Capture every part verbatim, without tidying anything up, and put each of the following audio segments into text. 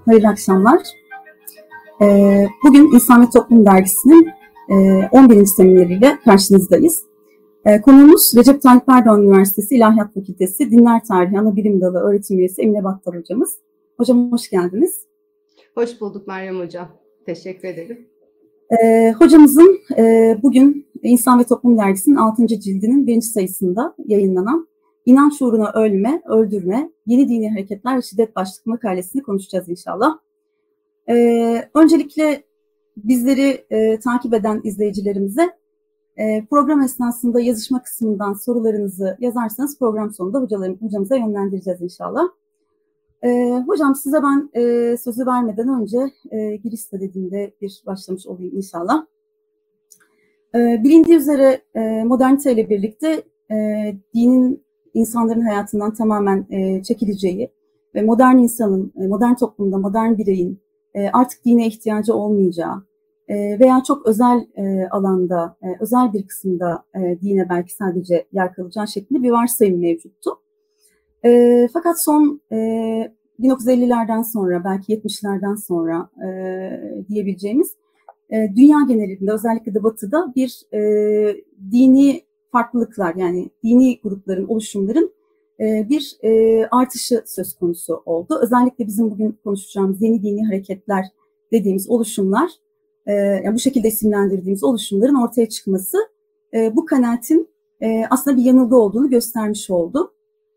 hayırlı akşamlar. Ee, bugün İnsan ve Toplum Dergisi'nin e, on birinci semineriyle karşınızdayız. E, konuğumuz Recep Tayyip Erdoğan Üniversitesi İlahiyat Fakültesi Dinler Tarihi Anabilim Dalı Öğretim Üyesi Emine Battal Hocamız. Hocam hoş geldiniz. Hoş bulduk Meryem Hocam. Teşekkür ederim. E, hocamızın e, bugün İnsan ve Toplum Dergisi'nin altıncı cildinin birinci sayısında yayınlanan İnanç Uğruna Ölme, Öldürme, Yeni Dini Hareketler ve Şiddet başlıklı makalesini konuşacağız inşallah. Ee, öncelikle bizleri e, takip eden izleyicilerimize e, program esnasında yazışma kısmından sorularınızı yazarsanız program sonunda hocalarım, hocamıza yönlendireceğiz inşallah. E, hocam size ben e, sözü vermeden önce e, giriş dediğimde bir başlamış olayım inşallah. E, bilindiği üzere e, moderniteyle birlikte e, dinin insanların hayatından tamamen e, çekileceği ve modern insanın, e, modern toplumda modern bireyin artık dine ihtiyacı olmayacağı veya çok özel alanda, özel bir kısımda dine belki sadece yer kalacağı şeklinde bir varsayım mevcuttu. Fakat son bin dokuz yüz ellilerden sonra, belki yetmişlerden sonra diyebileceğimiz dünya genelinde, özellikle de Batı'da bir dini farklılıklar, yani dini grupların, oluşumların bir e, artışı söz konusu oldu. Özellikle bizim bugün konuşacağımız yeni dini hareketler dediğimiz oluşumlar, e, yani bu şekilde isimlendirdiğimiz oluşumların ortaya çıkması e, bu kanaatin e, aslında bir yanılgı olduğunu göstermiş oldu.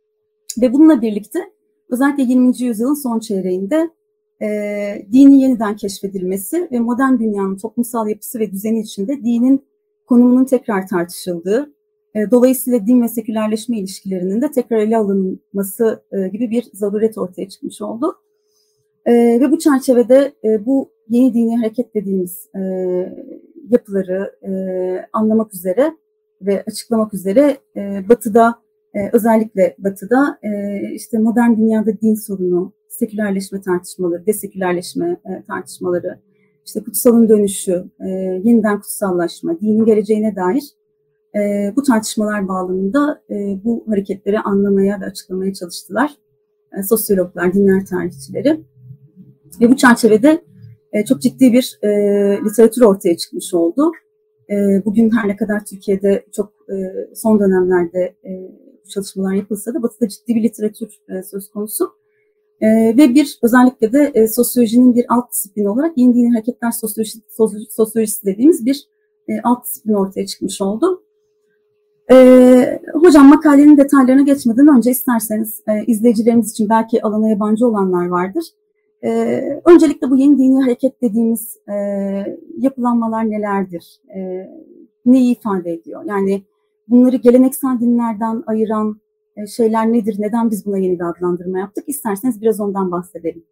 Ve bununla birlikte özellikle yirminci yüzyılın son çeyreğinde e, dinin yeniden keşfedilmesi ve modern dünyanın toplumsal yapısı ve düzeni içinde dinin konumunun tekrar tartışıldığı, dolayısıyla din ve sekülerleşme ilişkilerinin de tekrar ele alınması gibi bir zaruret ortaya çıkmış oldu. Ve bu çerçevede bu yeni dini hareket dediğimiz yapıları anlamak üzere ve açıklamak üzere Batı'da, özellikle Batı'da işte modern dünyada din sorunu, sekülerleşme tartışmaları, desekülerleşme tartışmaları, işte kutsalın dönüşü, yeniden kutsallaşma, dinin geleceğine dair E, bu tartışmalar bağlamında e, bu hareketleri anlamaya ve açıklamaya çalıştılar. E, sosyologlar, dinler tarihçileri. Ve bu çerçevede e, çok ciddi bir e, literatür ortaya çıkmış oldu. E, bugün her ne kadar Türkiye'de çok e, son dönemlerde e, bu çalışmalar yapılsa da Batı'da ciddi bir literatür e, söz konusu. E, ve bir özellikle de e, sosyolojinin bir alt disiplini olarak yeni dini hareketler sosyolojisi, sosyolojisi dediğimiz bir e, alt disiplin ortaya çıkmış oldu. Ee, hocam makalenin detaylarına geçmeden önce isterseniz e, izleyicilerimiz için belki alana yabancı olanlar vardır. Ee, öncelikle bu yeni dini hareket dediğimiz e, yapılanmalar nelerdir? E, neyi ifade ediyor? Yani bunları geleneksel dinlerden ayıran e, şeyler nedir? Neden biz buna yeni bir adlandırma yaptık? İsterseniz biraz ondan bahsedelim.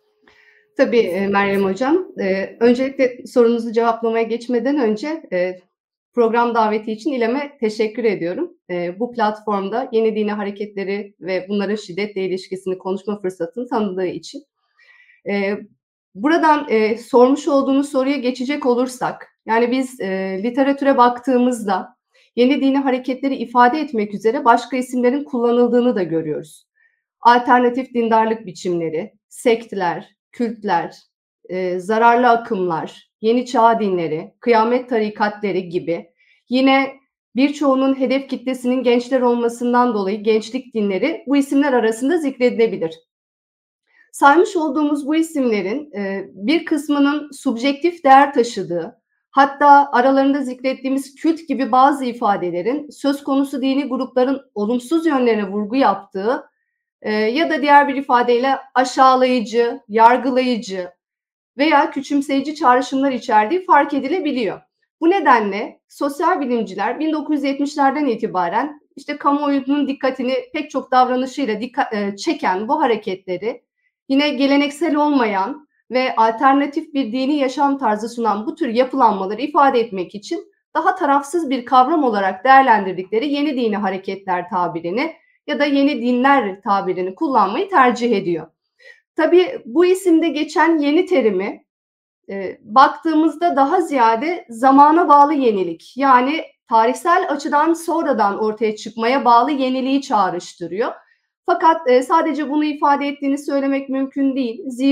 Tabii Meryem Hocam. E, öncelikle sorunuzu cevaplamaya geçmeden önce e, program daveti için İLEM'e teşekkür ediyorum. E, bu platformda yeni dini hareketleri ve bunların şiddetle ilişkisini konuşma fırsatını tanıdığı için. E, buradan e, sormuş olduğunuz soruya geçecek olursak, yani biz e, literatüre baktığımızda yeni dini hareketleri ifade etmek üzere başka isimlerin kullanıldığını da görüyoruz. Alternatif dindarlık biçimleri, sektler, kültler, e, zararlı akımlar, yeni çağ dinleri, kıyamet tarikatları gibi, yine birçoğunun hedef kitlesinin gençler olmasından dolayı gençlik dinleri bu isimler arasında zikredilebilir. Saymış olduğumuz bu isimlerin e, bir kısmının subjektif değer taşıdığı, hatta aralarında zikrettiğimiz kült gibi bazı ifadelerin söz konusu dini grupların olumsuz yönlerine vurgu yaptığı e, ya da diğer bir ifadeyle aşağılayıcı, yargılayıcı veya küçümseyici çağrışımlar içerdiği fark edilebiliyor. Bu nedenle sosyal bilimciler bin dokuz yüz yetmişlerden itibaren işte kamuoyunun dikkatini pek çok davranışıyla dikkat, e, çeken bu hareketleri yine geleneksel olmayan ve alternatif bir dini yaşam tarzı sunan bu tür yapılanmaları ifade etmek için daha tarafsız bir kavram olarak değerlendirdikleri yeni dini hareketler tabirini ya da yeni dinler tabirini kullanmayı tercih ediyor. Tabii bu isimde geçen yeni terimi e, baktığımızda daha ziyade zamana bağlı yenilik, yani tarihsel açıdan sonradan ortaya çıkmaya bağlı yeniliği çağrıştırıyor. Fakat e, sadece bunu ifade ettiğini söylemek mümkün değil. Zira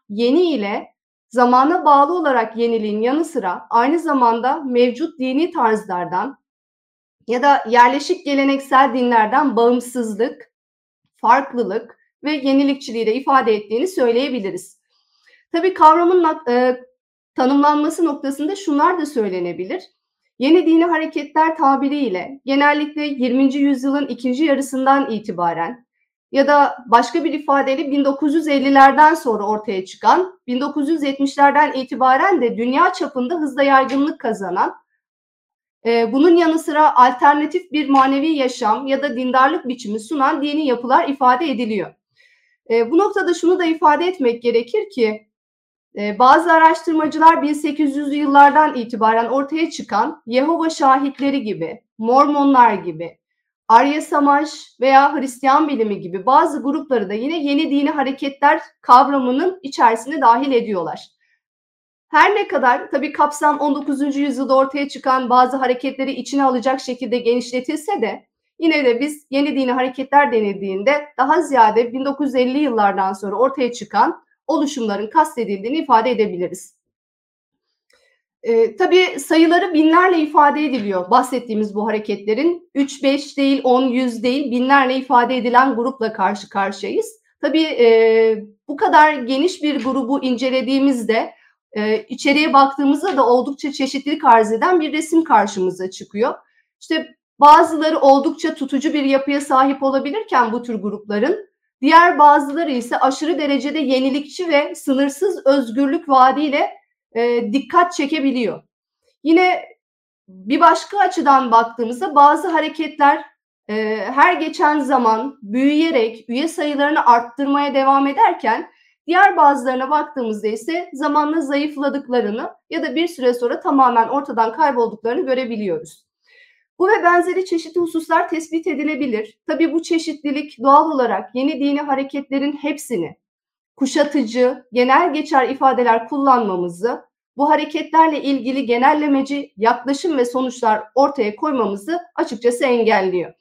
yeni ile zamana bağlı olarak yeniliğin yanı sıra aynı zamanda mevcut dini tarzlardan ya da yerleşik geleneksel dinlerden bağımsızlık, farklılık ve yenilikçiliği de ifade ettiğini söyleyebiliriz. Tabii kavramın e, tanımlanması noktasında şunlar da söylenebilir. Yeni dini hareketler tabiriyle genellikle yirminci yüzyılın ikinci yarısından itibaren ya da başka bir ifadeyle bin dokuz yüz ellilerden sonra ortaya çıkan, bin dokuz yüz yetmişlerden itibaren de dünya çapında hızla yaygınlık kazanan, e, bunun yanı sıra alternatif bir manevi yaşam ya da dindarlık biçimi sunan dini yapılar ifade ediliyor. E, bu noktada şunu da ifade etmek gerekir ki, e, bazı araştırmacılar bin sekiz yüzlü yıllardan itibaren ortaya çıkan Yehova şahitleri gibi, Mormonlar gibi, Arya Samaj veya Hristiyan bilimi gibi bazı grupları da yine yeni dini hareketler kavramının içerisine dahil ediyorlar. Her ne kadar tabii kapsam on dokuzuncu yüzyılda ortaya çıkan bazı hareketleri içine alacak şekilde genişletilse de yine de biz yeni dini hareketler denildiğinde daha ziyade bin dokuz yüz elli yıllardan sonra ortaya çıkan oluşumların kastedildiğini ifade edebiliriz. Ee, tabii sayıları binlerle ifade ediliyor bahsettiğimiz bu hareketlerin. üç beş değil, on yüz değil, binlerle ifade edilen grupla karşı karşıyayız. Tabii e, bu kadar geniş bir grubu incelediğimizde e, içeriye baktığımızda da oldukça çeşitlilik arz eden bir resim karşımıza çıkıyor. İşte bazıları oldukça tutucu bir yapıya sahip olabilirken bu tür grupların, diğer bazıları ise aşırı derecede yenilikçi ve sınırsız özgürlük vaadiyle e, dikkat çekebiliyor. Yine bir başka açıdan baktığımızda bazı hareketler e, her geçen zaman büyüyerek üye sayılarını arttırmaya devam ederken, diğer bazılarına baktığımızda ise zamanla zayıfladıklarını ya da bir süre sonra tamamen ortadan kaybolduklarını görebiliyoruz. Bu ve benzeri çeşitli hususlar tespit edilebilir. Tabii bu çeşitlilik doğal olarak yeni dini hareketlerin hepsini kuşatıcı, genel geçer ifadeler kullanmamızı, bu hareketlerle ilgili genellemeci yaklaşım ve sonuçlar ortaya koymamızı açıkçası engelliyor.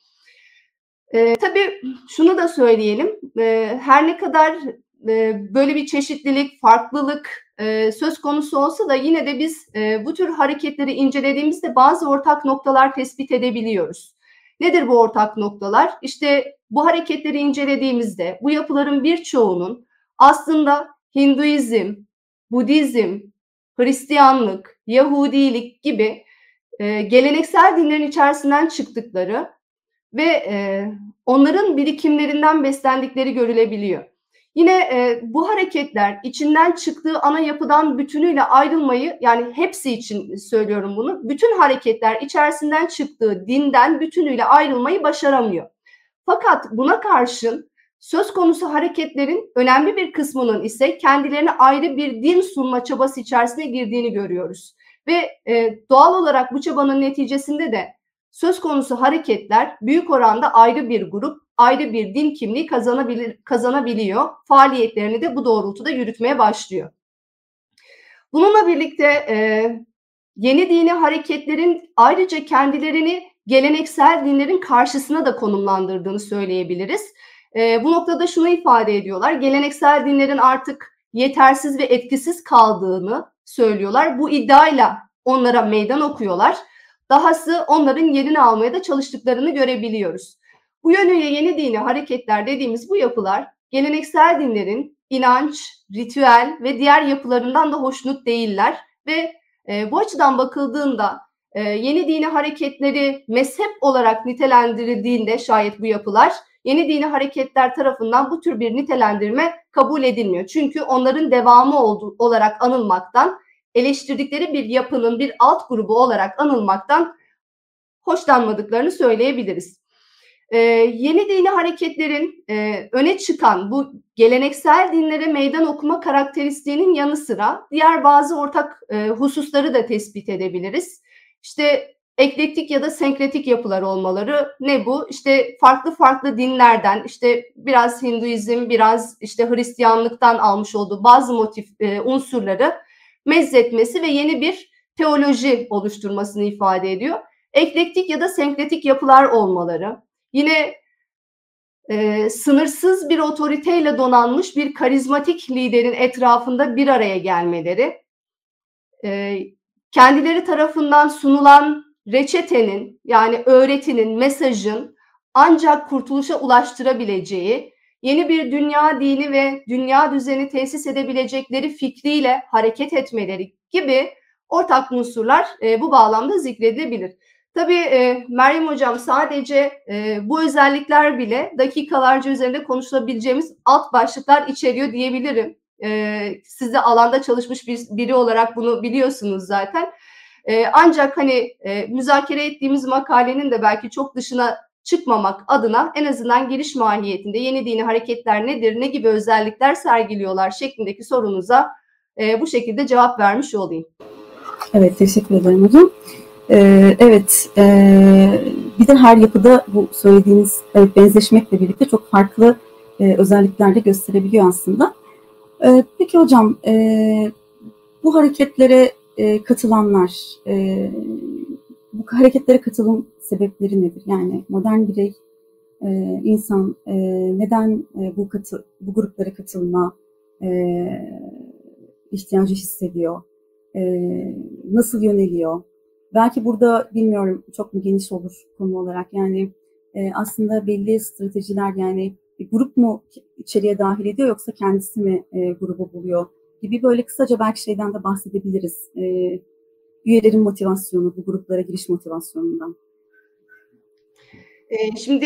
Ee, tabii şunu da söyleyelim, ee, her ne kadar e, böyle bir çeşitlilik, farklılık e, söz konusu olsa da yine de biz e, bu tür hareketleri incelediğimizde bazı ortak noktalar tespit edebiliyoruz. Nedir bu ortak noktalar? İşte bu hareketleri incelediğimizde bu yapıların birçoğunun aslında Hinduizm, Budizm, Hristiyanlık, Yahudilik gibi e, geleneksel dinlerin içerisinden çıktıkları ve e, onların birikimlerinden beslendikleri görülebiliyor. Yine e, bu hareketler içinden çıktığı ana yapıdan bütünüyle ayrılmayı, yani hepsi için söylüyorum bunu, bütün hareketler içerisinden çıktığı dinden bütünüyle ayrılmayı başaramıyor. Fakat buna karşın söz konusu hareketlerin önemli bir kısmının ise kendilerine ayrı bir din sunma çabası içerisine girdiğini görüyoruz. Ve e, doğal olarak bu çabanın neticesinde de söz konusu hareketler büyük oranda ayrı bir grup, ayrı bir din kimliği kazanabilir, kazanabiliyor. Faaliyetlerini de bu doğrultuda yürütmeye başlıyor. Bununla birlikte e, yeni dini hareketlerin ayrıca kendilerini geleneksel dinlerin karşısına da konumlandırdığını söyleyebiliriz. E, bu noktada şunu ifade ediyorlar: geleneksel dinlerin artık yetersiz ve etkisiz kaldığını söylüyorlar. Bu iddiayla onlara meydan okuyorlar. Dahası onların yerini almaya da çalıştıklarını görebiliyoruz. Bu yönüyle yeni dini hareketler dediğimiz bu yapılar geleneksel dinlerin inanç, ritüel ve diğer yapılarından da hoşnut değiller ve e, bu açıdan bakıldığında e, yeni dini hareketleri mezhep olarak nitelendirildiğinde şayet bu yapılar, yeni dini hareketler tarafından bu tür bir nitelendirme kabul edilmiyor. Çünkü onların devamı olduğu, olarak anılmaktan, eleştirdikleri bir yapının bir alt grubu olarak anılmaktan hoşlanmadıklarını söyleyebiliriz. Ee, yeni dini hareketlerin e, öne çıkan bu geleneksel dinlere meydan okuma karakteristiğinin yanı sıra diğer bazı ortak e, hususları da tespit edebiliriz. İşte eklektik ya da senkretik yapılar olmaları. Ne bu? İşte farklı farklı dinlerden, işte biraz Hinduizm, biraz işte Hristiyanlıktan almış olduğu bazı motif e, unsurları mezzetmesi ve yeni bir teoloji oluşturmasını ifade ediyor. Eklektik ya da senkretik yapılar olmaları. Yine e, sınırsız bir otoriteyle donanmış bir karizmatik liderin etrafında bir araya gelmeleri, e, kendileri tarafından sunulan reçetenin, yani öğretinin, mesajın ancak kurtuluşa ulaştırabileceği, yeni bir dünya dini ve dünya düzeni tesis edebilecekleri fikriyle hareket etmeleri gibi ortak unsurlar e, bu bağlamda zikredilebilir. Tabii e, Meryem Hocam, sadece e, bu özellikler bile dakikalarca üzerinde konuşulabileceğimiz alt başlıklar içeriyor diyebilirim. E, siz de alanda çalışmış bir, biri olarak bunu biliyorsunuz zaten. E, ancak hani e, müzakere ettiğimiz makalenin de belki çok dışına çıkmamak adına en azından giriş mahiyetinde yeni dini hareketler nedir, ne gibi özellikler sergiliyorlar şeklindeki sorunuza e, bu şekilde cevap vermiş olayım. Evet, teşekkür ederim hocam. Ee, evet, e, bir de her yapıda bu söylediğiniz evet, benzeşmekle birlikte çok farklı e, özellikler de gösterebiliyor aslında. E, peki hocam, e, bu hareketlere e, katılanlar, e, bu hareketlere katılım sebepleri nedir? Yani modern birey, e, insan e, neden e, bu katı, bu gruplara katılma e, ihtiyacı hissediyor? E, nasıl yöneliyor? Belki burada bilmiyorum çok mu geniş olur konu olarak, yani e, aslında belli stratejiler, yani bir grup mu içeriye dahil ediyor yoksa kendisi mi e, grubu buluyor gibi, böyle kısaca belki şeyden de bahsedebiliriz. E, üyelerin motivasyonu, bu gruplara giriş motivasyonundan. E, şimdi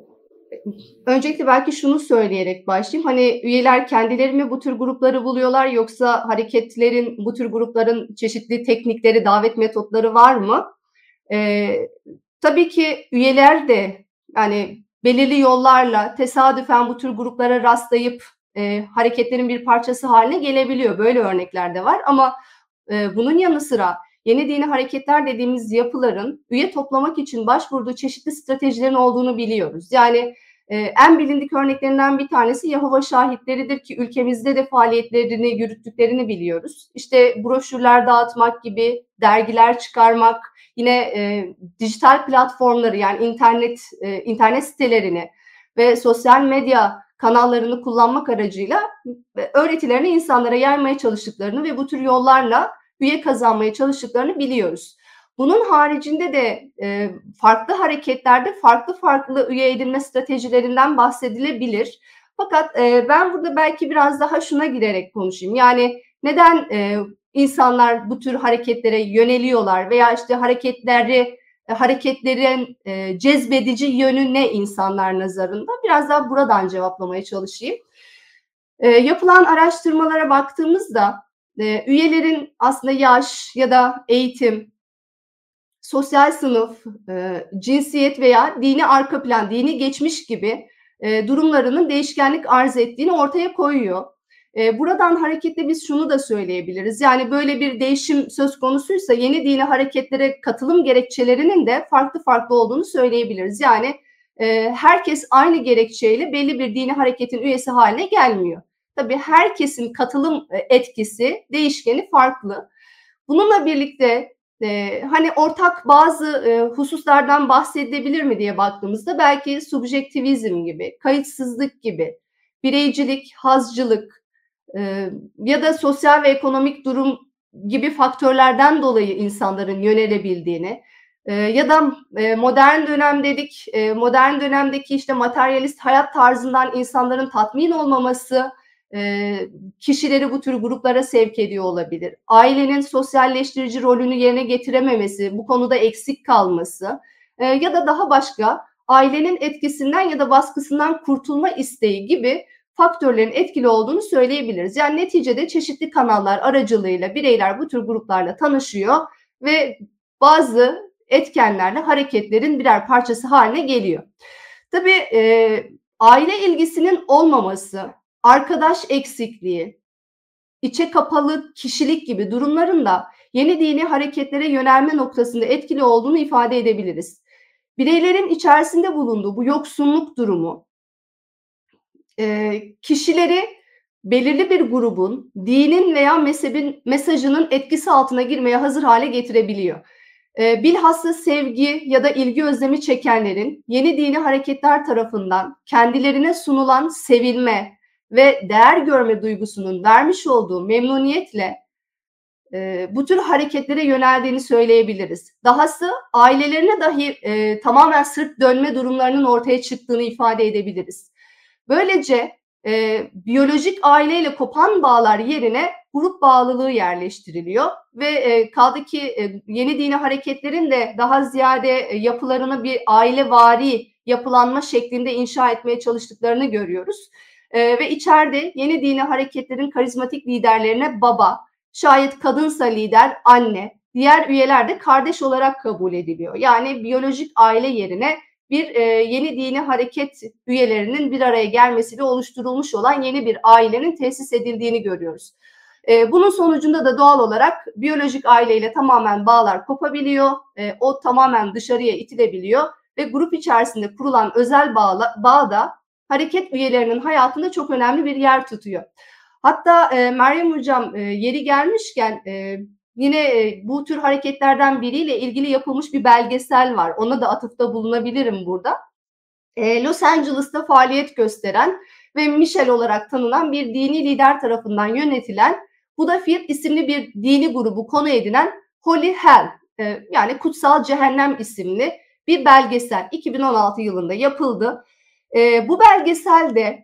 öncelikle belki şunu söyleyerek başlayayım. Hani üyeler kendileri mi bu tür grupları buluyorlar, yoksa hareketlerin, bu tür grupların çeşitli teknikleri, davet metotları var mı? Ee, tabii ki üyeler de yani belirli yollarla tesadüfen bu tür gruplara rastlayıp e, hareketlerin bir parçası haline gelebiliyor. Böyle örnekler de var ama e, bunun yanı sıra yeni dini hareketler dediğimiz yapıların üye toplamak için başvurduğu çeşitli stratejilerin olduğunu biliyoruz. Yani e, en bilindik örneklerinden bir tanesi Yahova Şahitleridir ki ülkemizde de faaliyetlerini yürüttüklerini biliyoruz. İşte broşürler dağıtmak gibi, dergiler çıkarmak, yine e, dijital platformları, yani internet e, internet sitelerini ve sosyal medya kanallarını kullanmak aracıyla öğretilerini insanlara yaymaya çalıştıklarını ve bu tür yollarla üye kazanmaya çalıştıklarını biliyoruz. Bunun haricinde de e, farklı hareketlerde farklı farklı üye edinme stratejilerinden bahsedilebilir. Fakat e, ben burada belki biraz daha şuna girerek konuşayım. Yani neden e, insanlar bu tür hareketlere yöneliyorlar veya işte hareketleri hareketlerin e, cezbedici yönü ne insanlar nazarında? Biraz daha buradan cevaplamaya çalışayım. E, yapılan araştırmalara baktığımızda e, üyelerin aslında yaş ya da eğitim, sosyal sınıf, e, cinsiyet veya dini arka plan, dini geçmiş gibi e, durumlarının değişkenlik arz ettiğini ortaya koyuyor. E, buradan hareketle biz şunu da söyleyebiliriz. Yani böyle bir değişim söz konusuysa yeni dini hareketlere katılım gerekçelerinin de farklı farklı olduğunu söyleyebiliriz. Yani e, herkes aynı gerekçeyle belli bir dini hareketin üyesi haline gelmiyor. Tabii herkesin katılım etkisi, değişkeni farklı. Bununla birlikte e, hani ortak bazı e, hususlardan bahsedilebilir mi diye baktığımızda belki subjektivizm gibi, kayıtsızlık gibi, bireycilik, hazcılık e, ya da sosyal ve ekonomik durum gibi faktörlerden dolayı insanların yönelebildiğini e, ya da e, modern dönem dedik, e, modern dönemdeki işte materyalist hayat tarzından insanların tatmin olmaması e, kişileri bu tür gruplara sevk ediyor olabilir. Ailenin sosyalleştirici rolünü yerine getirememesi, bu konuda eksik kalması e, ya da daha başka ailenin etkisinden ya da baskısından kurtulma isteği gibi faktörlerin etkili olduğunu söyleyebiliriz. Yani neticede çeşitli kanallar aracılığıyla bireyler bu tür gruplarla tanışıyor ve bazı etkenlerle hareketlerin birer parçası haline geliyor. Tabii e, aile ilgisinin olmaması, arkadaş eksikliği, içe kapalı kişilik gibi durumların da yeni dini hareketlere yönelme noktasında etkili olduğunu ifade edebiliriz. Bireylerin içerisinde bulunduğu bu yoksunluk durumu, e, kişileri belirli bir grubun, dinin veya mezhebin mesajının etkisi altına girmeye hazır hale getirebiliyor. E, bilhassa sevgi ya da ilgi özlemi çekenlerin yeni dini hareketler tarafından kendilerine sunulan sevilme ve değer görme duygusunun vermiş olduğu memnuniyetle e, bu tür hareketlere yöneldiğini söyleyebiliriz. Dahası ailelerine dahi e, tamamen sırt dönme durumlarının ortaya çıktığını ifade edebiliriz. Böylece e, biyolojik aileyle kopan bağlar yerine grup bağlılığı yerleştiriliyor ve e, kaldı ki e, yeni dini hareketlerin de daha ziyade e, yapılarını bir ailevari yapılanma şeklinde inşa etmeye çalıştıklarını görüyoruz. E, ve içeride yeni dini hareketlerin karizmatik liderlerine baba, şayet kadınsa lider anne, diğer üyeler de kardeş olarak kabul ediliyor. Yani biyolojik aile yerine bir e, yeni dini hareket üyelerinin bir araya gelmesiyle oluşturulmuş olan yeni bir ailenin tesis edildiğini görüyoruz. E, bunun sonucunda da doğal olarak biyolojik aileyle tamamen bağlar kopabiliyor, e, o tamamen dışarıya itilebiliyor ve grup içerisinde kurulan özel bağla, bağ da hareket üyelerinin hayatında çok önemli bir yer tutuyor. Hatta e, Meryem Hocam e, yeri gelmişken e, yine e, bu tür hareketlerden biriyle ilgili yapılmış bir belgesel var. Ona da atıfta bulunabilirim burada. E, Los Angeles'ta faaliyet gösteren ve Michel olarak tanınan bir dini lider tarafından yönetilen Hudafir isimli bir dini grubu konu edinen Holy Hell e, yani Kutsal Cehennem isimli bir belgesel iki bin on altı yılında yapıldı. E, bu belgeselde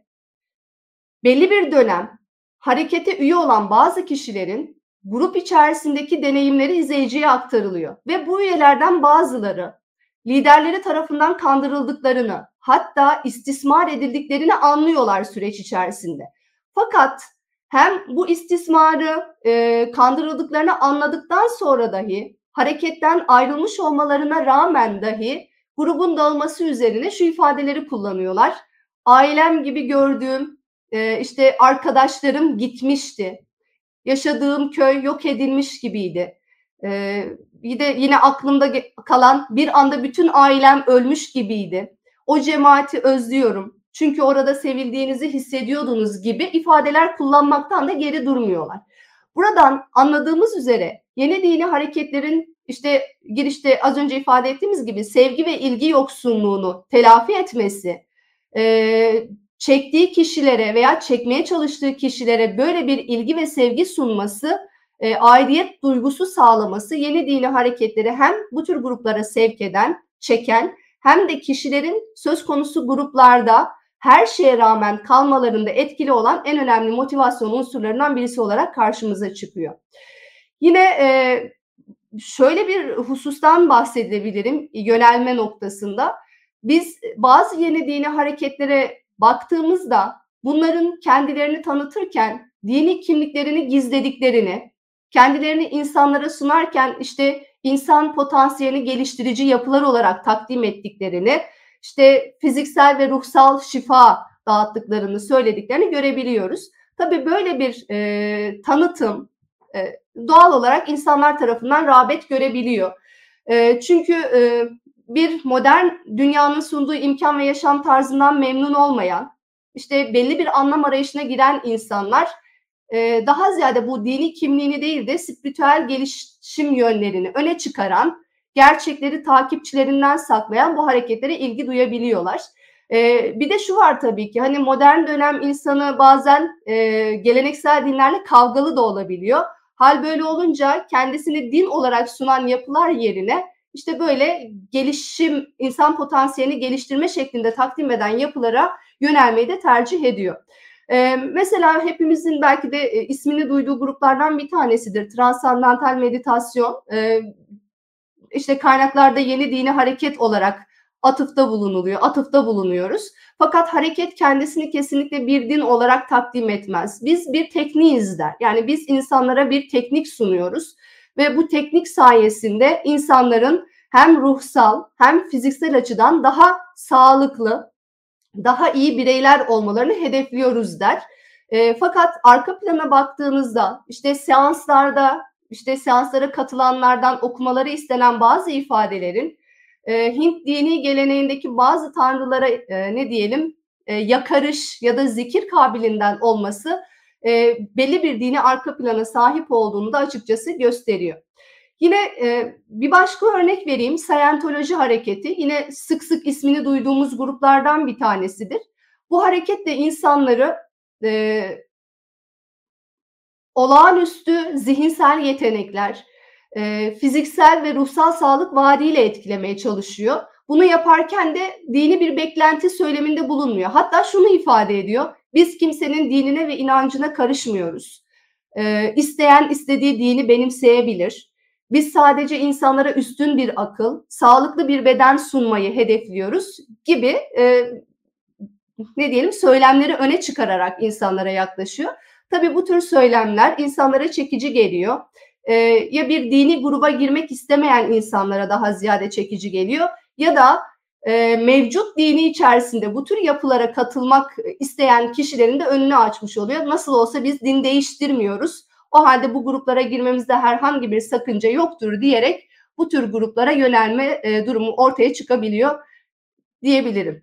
belli bir dönem harekete üye olan bazı kişilerin grup içerisindeki deneyimleri izleyiciye aktarılıyor. Ve bu üyelerden bazıları liderleri tarafından kandırıldıklarını, hatta istismar edildiklerini anlıyorlar süreç içerisinde. Fakat hem bu istismarı, e, kandırıldıklarını anladıktan sonra dahi hareketten ayrılmış olmalarına rağmen dahi grubun dağılması üzerine şu ifadeleri kullanıyorlar. Ailem gibi gördüğüm, e, işte arkadaşlarım gitmişti. Yaşadığım köy yok edilmiş gibiydi. Ee, bir de yine aklımda kalan bir anda bütün ailem ölmüş gibiydi. O cemaati özlüyorum. Çünkü orada sevildiğinizi hissediyordunuz gibi ifadeler kullanmaktan da geri durmuyorlar. Buradan anladığımız üzere yeni dini hareketlerin işte girişte az önce ifade ettiğimiz gibi sevgi ve ilgi yoksunluğunu telafi etmesi, e, çektiği kişilere veya çekmeye çalıştığı kişilere böyle bir ilgi ve sevgi sunması, e, aidiyet duygusu sağlaması yeni dini hareketleri hem bu tür gruplara sevk eden, çeken hem de kişilerin söz konusu gruplarda her şeye rağmen kalmalarında etkili olan en önemli motivasyon unsurlarından birisi olarak karşımıza çıkıyor. Yine e, şöyle bir husustan bahsedebilirim yönelme noktasında. Biz bazı yeni dini hareketlere baktığımızda bunların kendilerini tanıtırken dini kimliklerini gizlediklerini, kendilerini insanlara sunarken işte insan potansiyelini geliştirici yapılar olarak takdim ettiklerini, işte fiziksel ve ruhsal şifa dağıttıklarını söylediklerini görebiliyoruz. Tabii böyle bir e, tanıtım e, doğal olarak insanlar tarafından rağbet görebiliyor. E, çünkü e, bir modern dünyanın sunduğu imkan ve yaşam tarzından memnun olmayan, işte belli bir anlam arayışına giren insanlar e, daha ziyade bu dini kimliğini değil de spiritüel gelişim yönlerini öne çıkaran, gerçekleri takipçilerinden saklayan bu hareketlere ilgi duyabiliyorlar. E, bir de şu var tabii ki, hani modern dönem insanı bazen e, geleneksel dinlerle kavgalı da olabiliyor. Hal böyle olunca kendisini din olarak sunan yapılar yerine işte böyle gelişim, insan potansiyelini geliştirme şeklinde takdim eden yapılara yönelmeyi de tercih ediyor. Ee, mesela hepimizin belki de e, ismini duyduğu gruplardan bir tanesidir. Transandantal meditasyon. Ee, işte kaynaklarda yeni dini hareket olarak atıfta bulunuluyor, atıfta bulunuyoruz. Fakat hareket kendisini kesinlikle bir din olarak takdim etmez. Biz bir tekniğiz der. Yani biz insanlara bir teknik sunuyoruz ve bu teknik sayesinde insanların hem ruhsal hem fiziksel açıdan daha sağlıklı, daha iyi bireyler olmalarını hedefliyoruz der. E, fakat arka plana baktığınızda işte seanslarda, işte seanslara katılanlardan okumaları istenen bazı ifadelerin e, Hint dini geleneğindeki bazı tanrılara e, ne diyelim e, yakarış ya da zikir kabiliğinden olması e, belli bir dini arka plana sahip olduğunu da açıkçası gösteriyor. Yine e, bir başka örnek vereyim. Scientology hareketi yine sık sık ismini duyduğumuz gruplardan bir tanesidir. Bu hareket de insanları e, olağanüstü zihinsel yetenekler, e, fiziksel ve ruhsal sağlık vaadiyle etkilemeye çalışıyor. Bunu yaparken de dini bir beklenti söyleminde bulunmuyor. Hatta şunu ifade ediyor: biz kimsenin dinine ve inancına karışmıyoruz. E, isteyen istediği dini benimseyebilir. Biz sadece insanlara üstün bir akıl, sağlıklı bir beden sunmayı hedefliyoruz gibi e, ne diyelim söylemleri öne çıkararak insanlara yaklaşıyor. Tabii bu tür söylemler insanlara çekici geliyor. Ee, ya bir dini gruba girmek istemeyen insanlara daha ziyade çekici geliyor ya da e, mevcut dini içerisinde bu tür yapılara katılmak isteyen kişilerin de önünü açmış oluyor. Nasıl olsa biz din değiştirmiyoruz, o halde bu gruplara girmemizde herhangi bir sakınca yoktur diyerek bu tür gruplara yönelme e, durumu ortaya çıkabiliyor diyebilirim.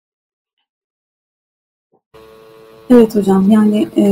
Evet hocam, yani e,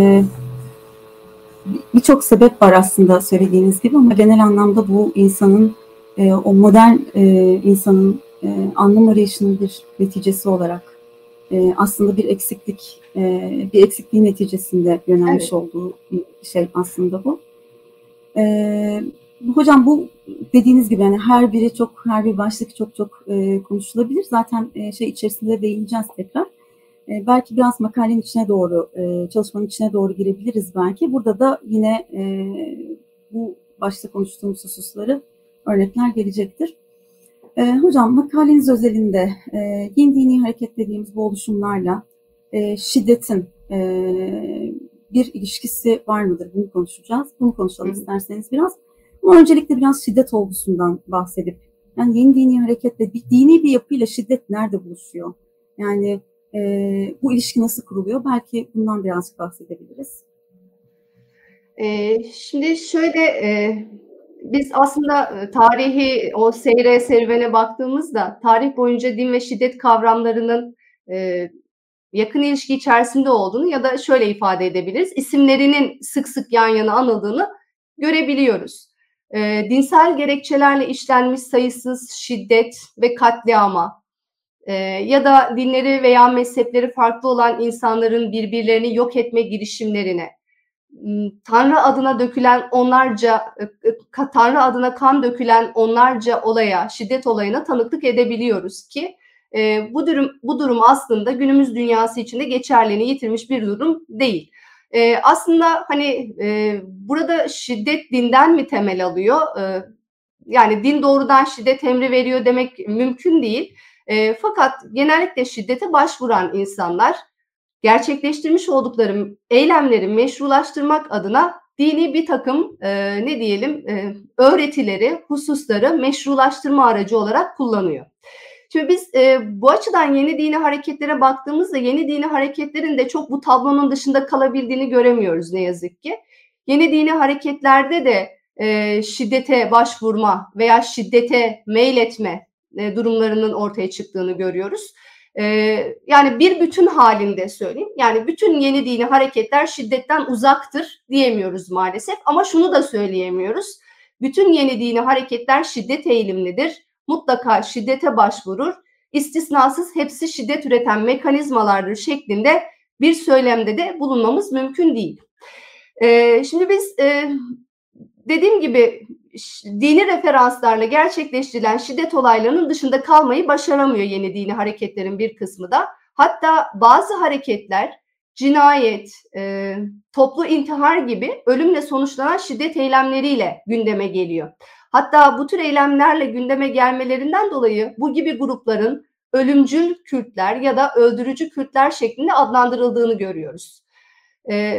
birçok sebep var aslında söylediğiniz gibi, ama genel anlamda bu insanın e, o modern e, insanın e, anlam arayışının bir neticesi olarak e, aslında bir eksiklik e, bir eksikliğin neticesinde yönelmiş evet. olduğu bir şey aslında bu. E, hocam bu dediğiniz gibi yani her biri çok her bir başlık çok çok e, konuşulabilir. Zaten e, şey içerisinde değineceğiz tekrar. E, belki biraz makalenin içine doğru, e, çalışmanın içine doğru girebiliriz belki. Burada da yine e, bu başta konuştuğumuz hususları örnekler gelecektir. E, hocam makaleniz özelinde e, yeni dini hareket dediğimiz bu oluşumlarla e, şiddetin e, bir ilişkisi var mıdır? Bunu konuşacağız. Bunu konuşalım Hı. isterseniz biraz. Ama öncelikle biraz şiddet olgusundan bahsedip, yani yeni dini hareketle bir dini bir yapıyla şiddet nerede buluşuyor? Yani e, bu ilişki nasıl kuruluyor? Belki bundan birazcık bahsedebiliriz. E, şimdi şöyle, e, biz aslında tarihi o seyre serüvene baktığımızda tarih boyunca din ve şiddet kavramlarının e, yakın ilişki içerisinde olduğunu ya da şöyle ifade edebiliriz, isimlerinin sık sık yan yana anıldığını görebiliyoruz. E, dinsel gerekçelerle işlenmiş sayısız şiddet ve katliama e, ya da dinleri veya mezhepleri farklı olan insanların birbirlerini yok etme girişimlerine, Tanrı adına dökülen onlarca, Tanrı adına kan dökülen onlarca olaya, şiddet olayına tanıklık edebiliyoruz ki e, bu durum bu durum aslında günümüz dünyası içinde geçerliliğini yitirmiş bir durum değil. E, aslında hani e, burada şiddet dinden mi temel alıyor? E, yani din doğrudan şiddet emri veriyor demek mümkün değil. E, fakat genellikle şiddete başvuran insanlar gerçekleştirmiş oldukları eylemleri meşrulaştırmak adına dini bir takım e, ne diyelim e, öğretileri, hususları meşrulaştırma aracı olarak kullanıyor. Şimdi biz e, bu açıdan yeni dini hareketlere baktığımızda yeni dini hareketlerin de çok bu tablonun dışında kalabildiğini göremiyoruz ne yazık ki. Yeni dini hareketlerde de e, şiddete başvurma veya şiddete meyletme e, durumlarının ortaya çıktığını görüyoruz. Ee, yani bir bütün halinde söyleyeyim. Yani bütün yeni dini hareketler şiddetten uzaktır diyemiyoruz maalesef. Ama şunu da söyleyemiyoruz. Bütün yeni dini hareketler şiddet eğilimlidir. Mutlaka şiddete başvurur. İstisnasız hepsi şiddet üreten mekanizmalardır şeklinde bir söylemde de bulunmamız mümkün değil. Ee, şimdi biz e, dediğim gibi dini referanslarla gerçekleştirilen şiddet olaylarının dışında kalmayı başaramıyor yeni dini hareketlerin bir kısmı da. Hatta bazı hareketler cinayet, e, toplu intihar gibi ölümle sonuçlanan şiddet eylemleriyle gündeme geliyor. Hatta bu tür eylemlerle gündeme gelmelerinden dolayı bu gibi grupların ölümcül kültler ya da öldürücü kültler şeklinde adlandırıldığını görüyoruz. E,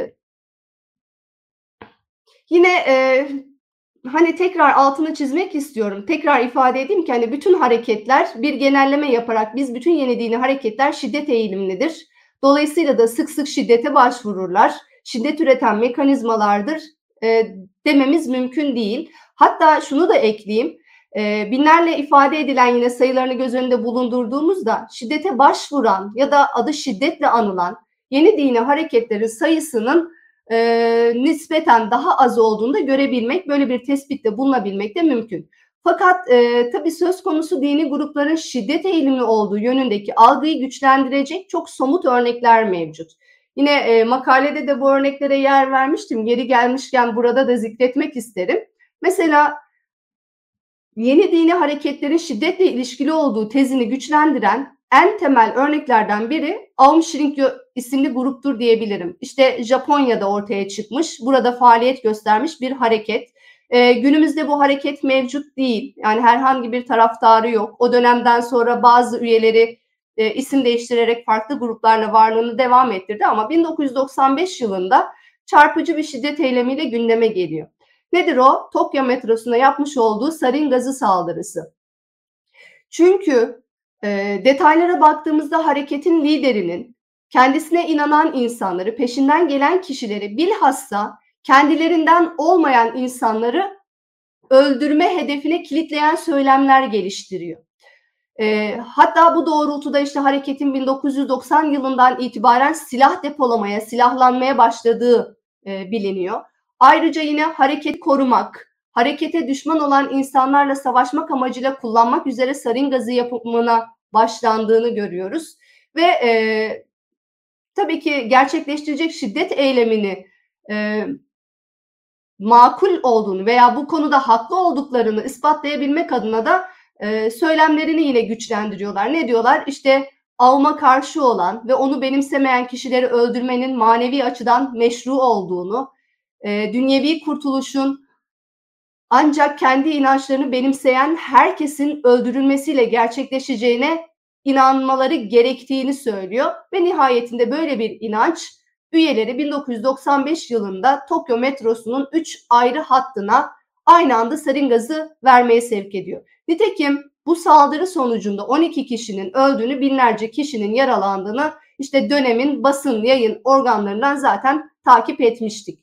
yine e, Hani tekrar altını çizmek istiyorum. Tekrar ifade edeyim ki hani bütün hareketler bir genelleme yaparak biz bütün yeni dini hareketler şiddet eğilimlidir. Dolayısıyla da sık sık şiddete başvururlar. Şiddet üreten mekanizmalardır e, dememiz mümkün değil. Hatta şunu da ekleyeyim. E, binlerle ifade edilen yine sayılarını göz önünde bulundurduğumuzda şiddete başvuran ya da adı şiddetle anılan yeni dini hareketlerin sayısının e, nispeten daha az olduğunu da görebilmek, böyle bir tespitte bulunabilmek de mümkün. Fakat e, tabii söz konusu dini grupların şiddet eğilimli olduğu yönündeki algıyı güçlendirecek çok somut örnekler mevcut. Yine e, makalede de bu örneklere yer vermiştim. Yeri gelmişken burada da zikretmek isterim. Mesela yeni dini hareketlerin şiddetle ilişkili olduğu tezini güçlendiren en temel örneklerden biri Aum Shinrikyo isimli gruptur diyebilirim. İşte Japonya'da ortaya çıkmış, burada faaliyet göstermiş bir hareket. Ee, günümüzde bu hareket mevcut değil. Yani herhangi bir taraftarı yok. O dönemden sonra bazı üyeleri e, isim değiştirerek farklı gruplarla varlığını devam ettirdi ama bin dokuz yüz doksan beş yılında çarpıcı bir şiddet eylemiyle gündeme geliyor. Nedir o? Tokyo metrosuna yapmış olduğu sarin gazı saldırısı. Çünkü e, detaylara baktığımızda hareketin liderinin kendisine inanan insanları, peşinden gelen kişileri, bilhassa kendilerinden olmayan insanları öldürme hedefine kilitleyen söylemler geliştiriyor. E, hatta bu doğrultuda işte hareketin bin dokuz yüz doksan yılından itibaren silah depolamaya, silahlanmaya başladığı e, biliniyor. Ayrıca yine hareket korumak, harekete düşman olan insanlarla savaşmak amacıyla kullanmak üzere sarin gazı yapımına başlandığını görüyoruz. Ve e, tabii ki gerçekleştirecek şiddet eylemini e, makul olduğunu veya bu konuda haklı olduklarını ispatlayabilmek adına da e, söylemlerini yine güçlendiriyorlar. Ne diyorlar? İşte Aum'a karşı olan ve onu benimsemeyen kişileri öldürmenin manevi açıdan meşru olduğunu, e, dünyevi kurtuluşun ancak kendi inançlarını benimseyen herkesin öldürülmesiyle gerçekleşeceğine inanmaları gerektiğini söylüyor. Ve nihayetinde böyle bir inanç üyeleri bin dokuz yüz doksan beş yılında Tokyo metrosunun üç ayrı hattına aynı anda sarin gazı vermeye sevk ediyor. Nitekim bu saldırı sonucunda on iki kişinin öldüğünü, binlerce kişinin yaralandığını işte dönemin basın yayın organlarından zaten takip etmiştik.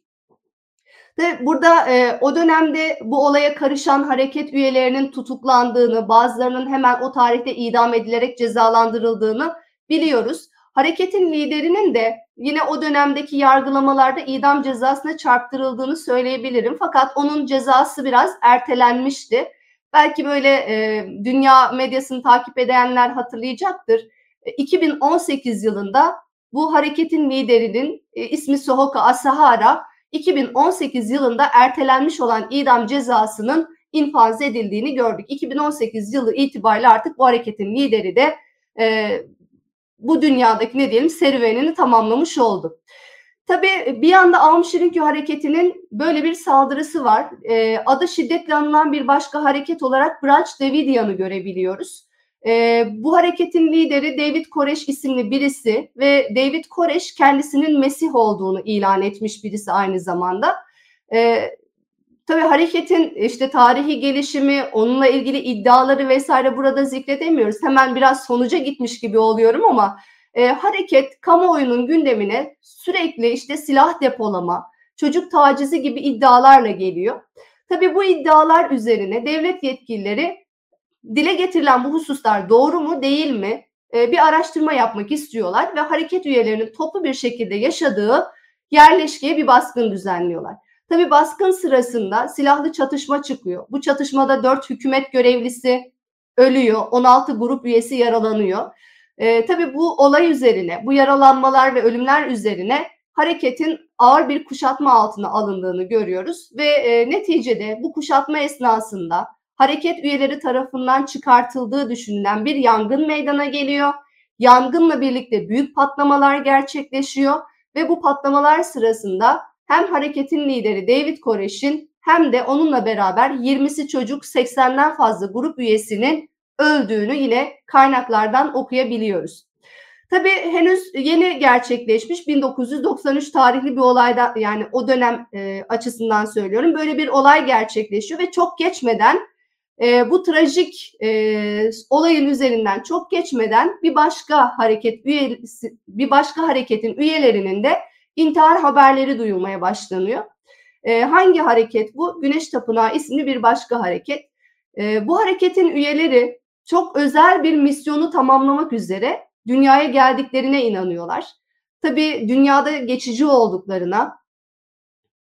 Ve burada e, o dönemde bu olaya karışan hareket üyelerinin tutuklandığını, bazılarının hemen o tarihte idam edilerek cezalandırıldığını biliyoruz. Hareketin liderinin de yine o dönemdeki yargılamalarda idam cezasına çarptırıldığını söyleyebilirim. Fakat onun cezası biraz ertelenmişti. Belki böyle e, dünya medyasını takip edenler hatırlayacaktır. E, iki bin on sekiz yılında bu hareketin liderinin e, ismi Sohoka Asahara, iki bin on sekiz yılında ertelenmiş olan idam cezasının infaz edildiğini gördük. iki bin on sekiz yılı itibariyle artık bu hareketin lideri de e, bu dünyadaki ne diyelim serüvenini tamamlamış oldu. Tabii bir yanda Aum Shinrikyo hareketinin böyle bir saldırısı var. E, adı şiddetle anılan bir başka hareket olarak Branch Davidian'ı görebiliyoruz. E, bu hareketin lideri David Koresh isimli birisi ve David Koresh kendisinin Mesih olduğunu ilan etmiş birisi aynı zamanda. E, tabii hareketin işte tarihi gelişimi, onunla ilgili iddiaları vesaire burada zikredemiyoruz. Hemen biraz sonuca gitmiş gibi oluyorum ama e, hareket kamuoyunun gündemine sürekli işte silah depolama, çocuk tacizi gibi iddialarla geliyor. Tabii bu iddialar üzerine devlet yetkilileri dile getirilen bu hususlar doğru mu değil mi e, bir araştırma yapmak istiyorlar ve hareket üyelerinin toplu bir şekilde yaşadığı yerleşkeye bir baskın düzenliyorlar. Tabii baskın sırasında silahlı çatışma çıkıyor. Bu çatışmada dört hükümet görevlisi ölüyor, on altı grup üyesi yaralanıyor. E, tabii bu olay üzerine, bu yaralanmalar ve ölümler üzerine hareketin ağır bir kuşatma altına alındığını görüyoruz ve e, neticede bu kuşatma esnasında hareket üyeleri tarafından çıkartıldığı düşünülen bir yangın meydana geliyor. Yangınla birlikte büyük patlamalar gerçekleşiyor ve bu patlamalar sırasında hem hareketin lideri David Koresh'in hem de onunla beraber yirmisi çocuk, seksenden fazla grup üyesinin öldüğünü yine kaynaklardan okuyabiliyoruz. Tabii henüz yeni gerçekleşmiş bin dokuz yüz doksan üç tarihli bir olayda, yani o dönem e, açısından söylüyorum, böyle bir olay gerçekleşiyor ve çok geçmeden e, bu trajik e, olayın üzerinden çok geçmeden bir başka hareket üyesi, bir başka hareketin üyelerinin de intihar haberleri duyulmaya başlanıyor. E, hangi hareket bu? Güneş Tapınağı isimli bir başka hareket. E, bu hareketin üyeleri çok özel bir misyonu tamamlamak üzere dünyaya geldiklerine inanıyorlar. Tabii dünyada geçici olduklarına,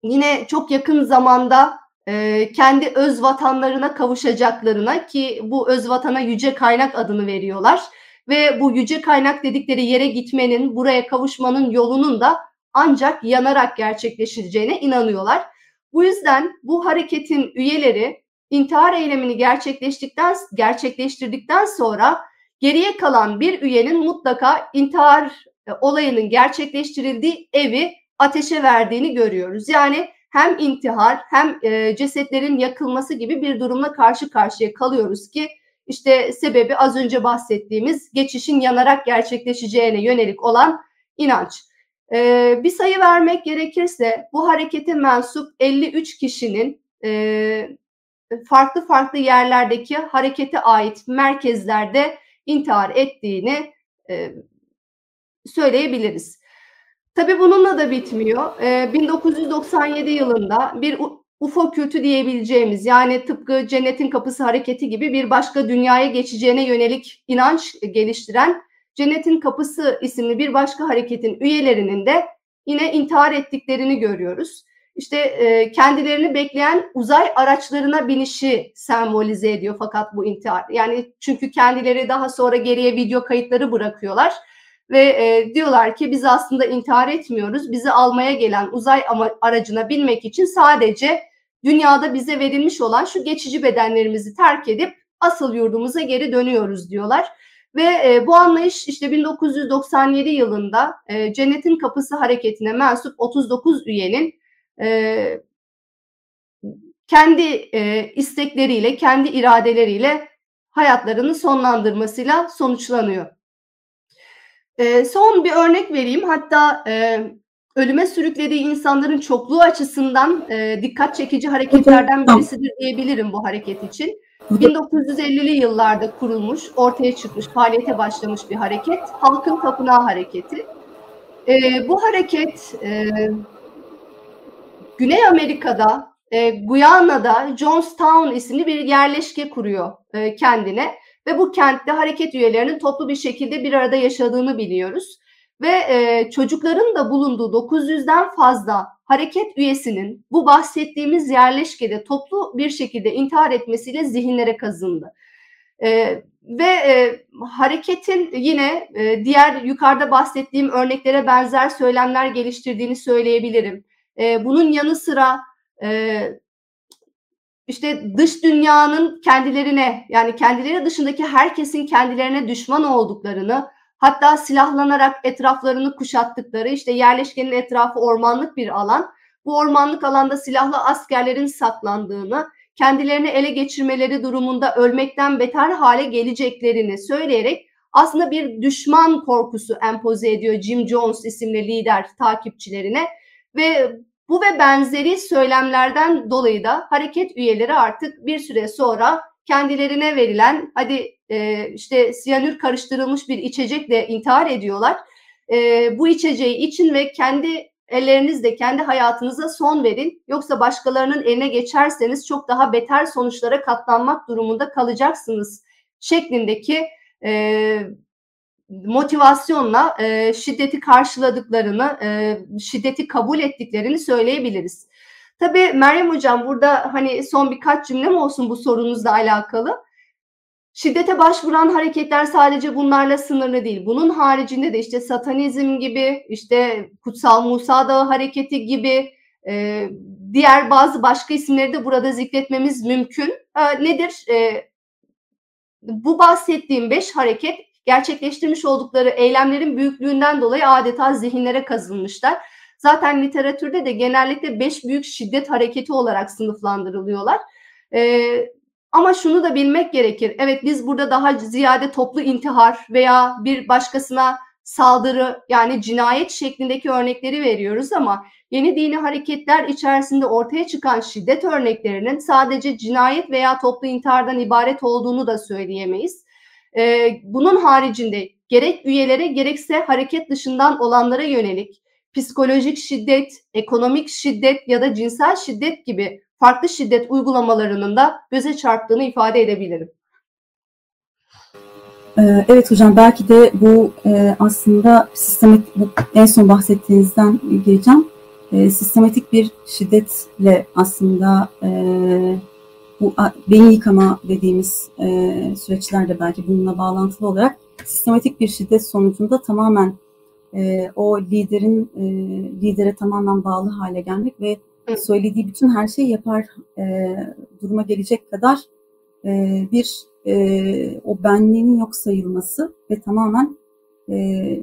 yine çok yakın zamanda e, kendi öz vatanlarına kavuşacaklarına, ki bu öz vatana yüce kaynak adını veriyorlar ve bu yüce kaynak dedikleri yere gitmenin, buraya kavuşmanın yolunun da ancak yanarak gerçekleşeceğine inanıyorlar. Bu yüzden bu hareketin üyeleri intihar eylemini gerçekleştikten gerçekleştirdikten sonra geriye kalan bir üyenin mutlaka intihar e, olayının gerçekleştirildiği evi ateşe verdiğini görüyoruz. Yani hem intihar hem e, cesetlerin yakılması gibi bir durumla karşı karşıya kalıyoruz ki işte sebebi az önce bahsettiğimiz geçişin yanarak gerçekleşeceğine yönelik olan inanç. E, bir sayı vermek gerekirse bu harekete mensup elli üç kişinin e, farklı farklı yerlerdeki harekete ait merkezlerde intihar ettiğini e, söyleyebiliriz. Tabii bununla da bitmiyor. Ee, bin dokuz yüz doksan yedi yılında bir U F O kültü diyebileceğimiz, yani tıpkı Cennetin Kapısı hareketi gibi bir başka dünyaya geçeceğine yönelik inanç geliştiren Cennetin Kapısı isimli bir başka hareketin üyelerinin de yine intihar ettiklerini görüyoruz. İşte e, kendilerini bekleyen uzay araçlarına binişi sembolize ediyor fakat bu intihar. Yani çünkü kendileri daha sonra geriye video kayıtları bırakıyorlar. Ve e, diyorlar ki biz aslında intihar etmiyoruz. Bizi almaya gelen uzay aracına binmek için sadece dünyada bize verilmiş olan şu geçici bedenlerimizi terk edip asıl yurdumuza geri dönüyoruz diyorlar. Ve e, bu anlayış işte bin dokuz yüz doksan yedi yılında e, Cennetin Kapısı hareketine mensup otuz dokuz üyenin e, kendi e, istekleriyle, kendi iradeleriyle hayatlarını sonlandırmasıyla sonuçlanıyor. E, son bir örnek vereyim. Hatta e, ölüme sürüklediği insanların çokluğu açısından e, dikkat çekici hareketlerden birisidir diyebilirim bu hareket için. bin dokuz yüz ellili yıllarda kurulmuş, ortaya çıkmış, faaliyete başlamış bir hareket. Halkın Tapınağı Hareketi. E, bu hareket e, Güney Amerika'da, e, Guyana'da Johnstown isimli bir yerleşke kuruyor e, kendine. Ve bu kentte hareket üyelerinin toplu bir şekilde bir arada yaşadığını biliyoruz. Ve e, çocukların da bulunduğu dokuz yüzden fazla hareket üyesinin bu bahsettiğimiz yerleşkede toplu bir şekilde intihar etmesiyle zihinlere kazındı. E, ve e, hareketin yine e, diğer yukarıda bahsettiğim örneklere benzer söylemler geliştirdiğini söyleyebilirim. E, bunun yanı sıra e, İşte dış dünyanın kendilerine, yani kendileri dışındaki herkesin kendilerine düşman olduklarını, hatta silahlanarak etraflarını kuşattıkları, işte yerleşkenin etrafı ormanlık bir alan, bu ormanlık alanda silahlı askerlerin saklandığını, kendilerini ele geçirmeleri durumunda ölmekten beter hale geleceklerini söyleyerek aslında bir düşman korkusu empoze ediyor Jim Jones isimli lider takipçilerine ve bu ve benzeri söylemlerden dolayı da hareket üyeleri artık bir süre sonra kendilerine verilen, hadi e, işte siyanür karıştırılmış bir içecekle intihar ediyorlar. E, bu içeceği için ve kendi ellerinizle kendi hayatınıza son verin. Yoksa başkalarının eline geçerseniz çok daha beter sonuçlara katlanmak durumunda kalacaksınız şeklindeki e, motivasyonla e, şiddeti karşıladıklarını, e, şiddeti kabul ettiklerini söyleyebiliriz. Tabii Meryem Hocam, burada hani son birkaç cümlem olsun bu sorunuzla alakalı. Şiddete başvuran hareketler sadece bunlarla sınırlı değil. Bunun haricinde de işte satanizm gibi, işte Kutsal Musa Dağı Hareketi gibi e, diğer bazı başka isimleri de burada zikretmemiz mümkün. E, nedir? E, bu bahsettiğim beş hareket gerçekleştirmiş oldukları eylemlerin büyüklüğünden dolayı adeta zihinlere kazınmışlar. Zaten literatürde de genellikle beş büyük şiddet hareketi olarak sınıflandırılıyorlar. Ee, ama şunu da bilmek gerekir. Evet, biz burada daha ziyade toplu intihar veya bir başkasına saldırı, yani cinayet şeklindeki örnekleri veriyoruz ama yeni dini hareketler içerisinde ortaya çıkan şiddet örneklerinin sadece cinayet veya toplu intihardan ibaret olduğunu da söyleyemeyiz. Ee, bunun haricinde gerek üyelere gerekse hareket dışından olanlara yönelik psikolojik şiddet, ekonomik şiddet ya da cinsel şiddet gibi farklı şiddet uygulamalarının da göze çarptığını ifade edebilirim. Evet hocam, belki de bu aslında sistematik, en son bahsettiğinizden gireceğim. e, sistematik bir şiddetle aslında e, bu beyin yıkama dediğimiz e, süreçlerde belki bununla bağlantılı olarak sistematik bir şiddet sonucunda tamamen e, o liderin e, lidere tamamen bağlı hale gelmek ve Hı. söylediği bütün her şeyi yapar e, duruma gelecek kadar e, bir e, o benliğinin yok sayılması ve tamamen e,